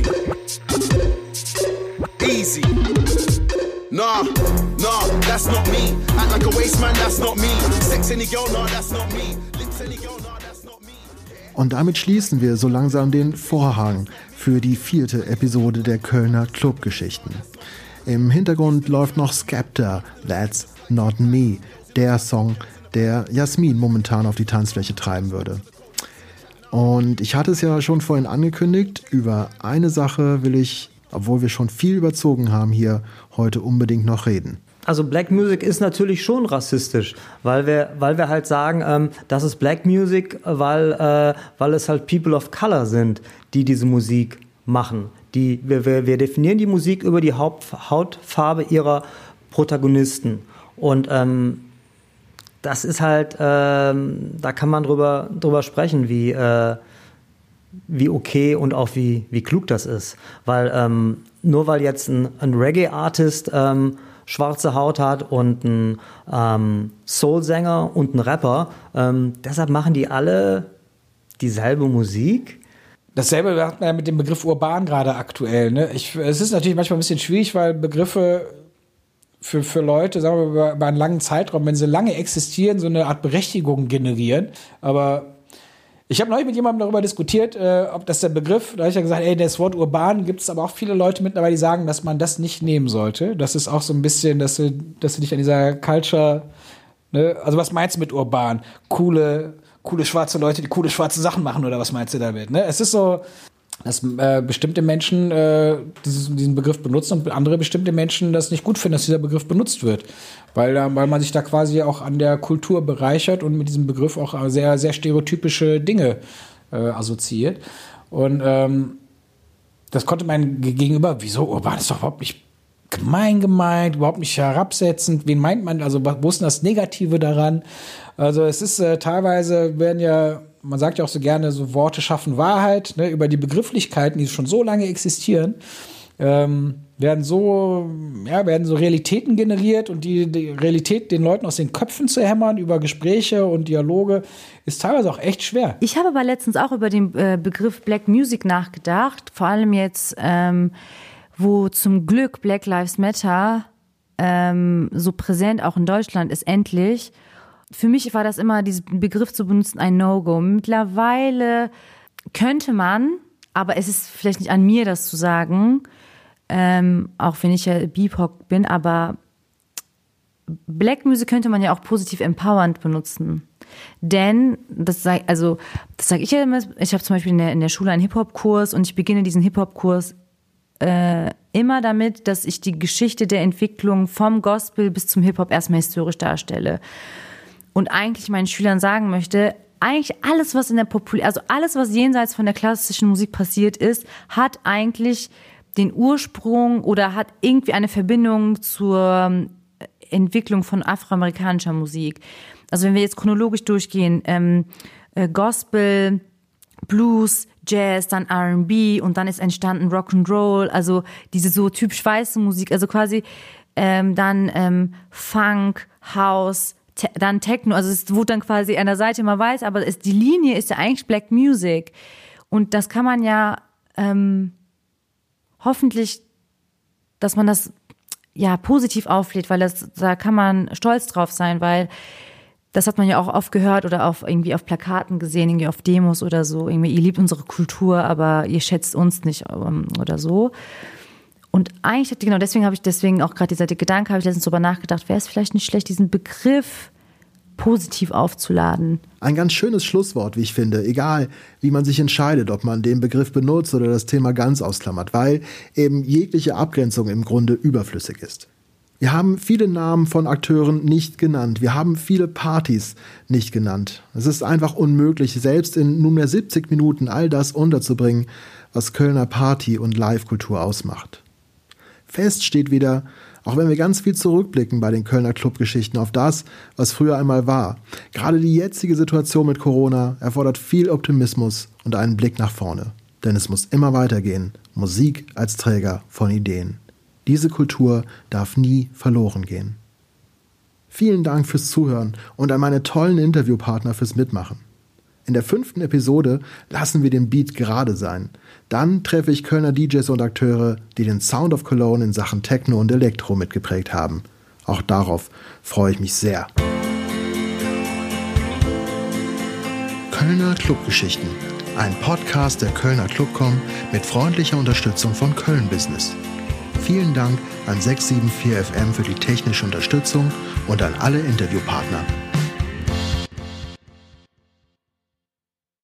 Easy. Nah, that's not me. Act like a waste man, that's not me. Sex any girl, nah, that's not me. Lips any girl, nah, that's not me. Und damit schließen wir so langsam den Vorhang für die 4. Episode der Kölner Clubgeschichten. Im Hintergrund läuft noch Skepta, That's Not Me, der Song, der Jasmin momentan auf die Tanzfläche treiben würde. Und ich hatte es ja schon vorhin angekündigt, über eine Sache will ich, obwohl wir schon viel überzogen haben, hier heute unbedingt noch reden. Also Black Music ist natürlich schon rassistisch, weil wir halt sagen, das ist Black Music, weil es halt People of Color sind, die diese Musik machen. Wir definieren die Musik über die Hautfarbe ihrer Protagonisten. Und das ist halt, da kann man drüber sprechen, wie okay und auch wie klug das ist. Weil nur weil jetzt ein Reggae-Artist schwarze Haut hat und ein Soul-Sänger und ein Rapper, deshalb machen die alle dieselbe Musik. Dasselbe hat man ja mit dem Begriff urban gerade aktuell. Ne? Es ist natürlich manchmal ein bisschen schwierig, weil Begriffe für Leute, sagen wir über einen langen Zeitraum, wenn sie lange existieren, so eine Art Berechtigung generieren. Aber ich habe neulich mit jemandem darüber diskutiert, ob das der Begriff, da habe ich ja gesagt, das Wort urban gibt es aber auch viele Leute mittlerweile, die sagen, dass man das nicht nehmen sollte. Das ist auch so ein bisschen, dass du dich an dieser Culture, ne? Also was meinst du mit urban? Coole schwarze Leute, die coole schwarze Sachen machen, oder was meinst du damit? Ne? Es ist so, dass bestimmte Menschen diesen Begriff benutzen und andere bestimmte Menschen das nicht gut finden, dass dieser Begriff benutzt wird. Weil man sich da quasi auch an der Kultur bereichert und mit diesem Begriff auch sehr, sehr stereotypische Dinge assoziiert. Und das konnte mein Gegenüber, wieso urban ist doch überhaupt nicht gemeint, überhaupt nicht herabsetzend. Wen meint man? Also wo ist denn das Negative daran? Also es ist teilweise man sagt ja auch so gerne, so Worte schaffen Wahrheit, ne? Über die Begrifflichkeiten, die schon so lange existieren, werden so Realitäten generiert, und die Realität den Leuten aus den Köpfen zu hämmern über Gespräche und Dialoge ist teilweise auch echt schwer. Ich habe aber letztens auch über den Begriff Black Music nachgedacht, vor allem jetzt, wo zum Glück Black Lives Matter so präsent auch in Deutschland ist, endlich. Für mich war das immer, diesen Begriff zu benutzen, ein No-Go. Mittlerweile könnte man, aber es ist vielleicht nicht an mir, das zu sagen, auch wenn ich ja BIPOC bin, aber Black Music könnte man ja auch positiv empowernd benutzen. Denn, das sage ich ja immer, ich habe zum Beispiel in der Schule einen Hip-Hop-Kurs und ich beginne diesen Hip-Hop-Kurs immer damit, dass ich die Geschichte der Entwicklung vom Gospel bis zum Hip-Hop erstmal historisch darstelle. Und eigentlich meinen Schülern sagen möchte, eigentlich alles, was alles, was jenseits von der klassischen Musik passiert ist, hat eigentlich den Ursprung oder hat irgendwie eine Verbindung zur Entwicklung von afroamerikanischer Musik. Also wenn wir jetzt chronologisch durchgehen, Gospel, Blues, Jazz, dann R&B und dann ist entstanden Rock'n'Roll, also diese so typisch weiße Musik, also quasi dann Funk, House, dann Techno, also es wurde dann quasi an der Seite immer weiß, aber die Linie ist ja eigentlich Black Music. Und das kann man ja hoffentlich, dass man das ja positiv auflädt, weil da kann man stolz drauf sein, weil das hat man ja auch oft gehört oder irgendwie auf Plakaten gesehen, irgendwie auf Demos oder so, irgendwie, ihr liebt unsere Kultur, aber ihr schätzt uns nicht oder so. Und eigentlich, genau deswegen auch gerade dieser Gedanke, habe ich letztens drüber nachgedacht, wäre es vielleicht nicht schlecht, diesen Begriff positiv aufzuladen. Ein ganz schönes Schlusswort, wie ich finde, egal wie man sich entscheidet, ob man den Begriff benutzt oder das Thema ganz ausklammert, weil eben jegliche Abgrenzung im Grunde überflüssig ist. Wir haben viele Namen von Akteuren nicht genannt. Wir haben viele Partys nicht genannt. Es ist einfach unmöglich, selbst in nunmehr 70 Minuten all das unterzubringen, was Kölner Party- und Live-Kultur ausmacht. Fest steht wieder, auch wenn wir ganz viel zurückblicken bei den Kölner Clubgeschichten auf das, was früher einmal war. Gerade die jetzige Situation mit Corona erfordert viel Optimismus und einen Blick nach vorne. Denn es muss immer weitergehen. Musik als Träger von Ideen. Diese Kultur darf nie verloren gehen. Vielen Dank fürs Zuhören und an meine tollen Interviewpartner fürs Mitmachen. In der 5. Episode lassen wir den Beat gerade sein. Dann treffe ich Kölner DJs und Akteure, die den Sound of Cologne in Sachen Techno und Elektro mitgeprägt haben. Auch darauf freue ich mich sehr. Kölner Clubgeschichten. Ein Podcast der Kölner Clubcom mit freundlicher Unterstützung von Köln Business. Vielen Dank an 674 FM für die technische Unterstützung und an alle Interviewpartner.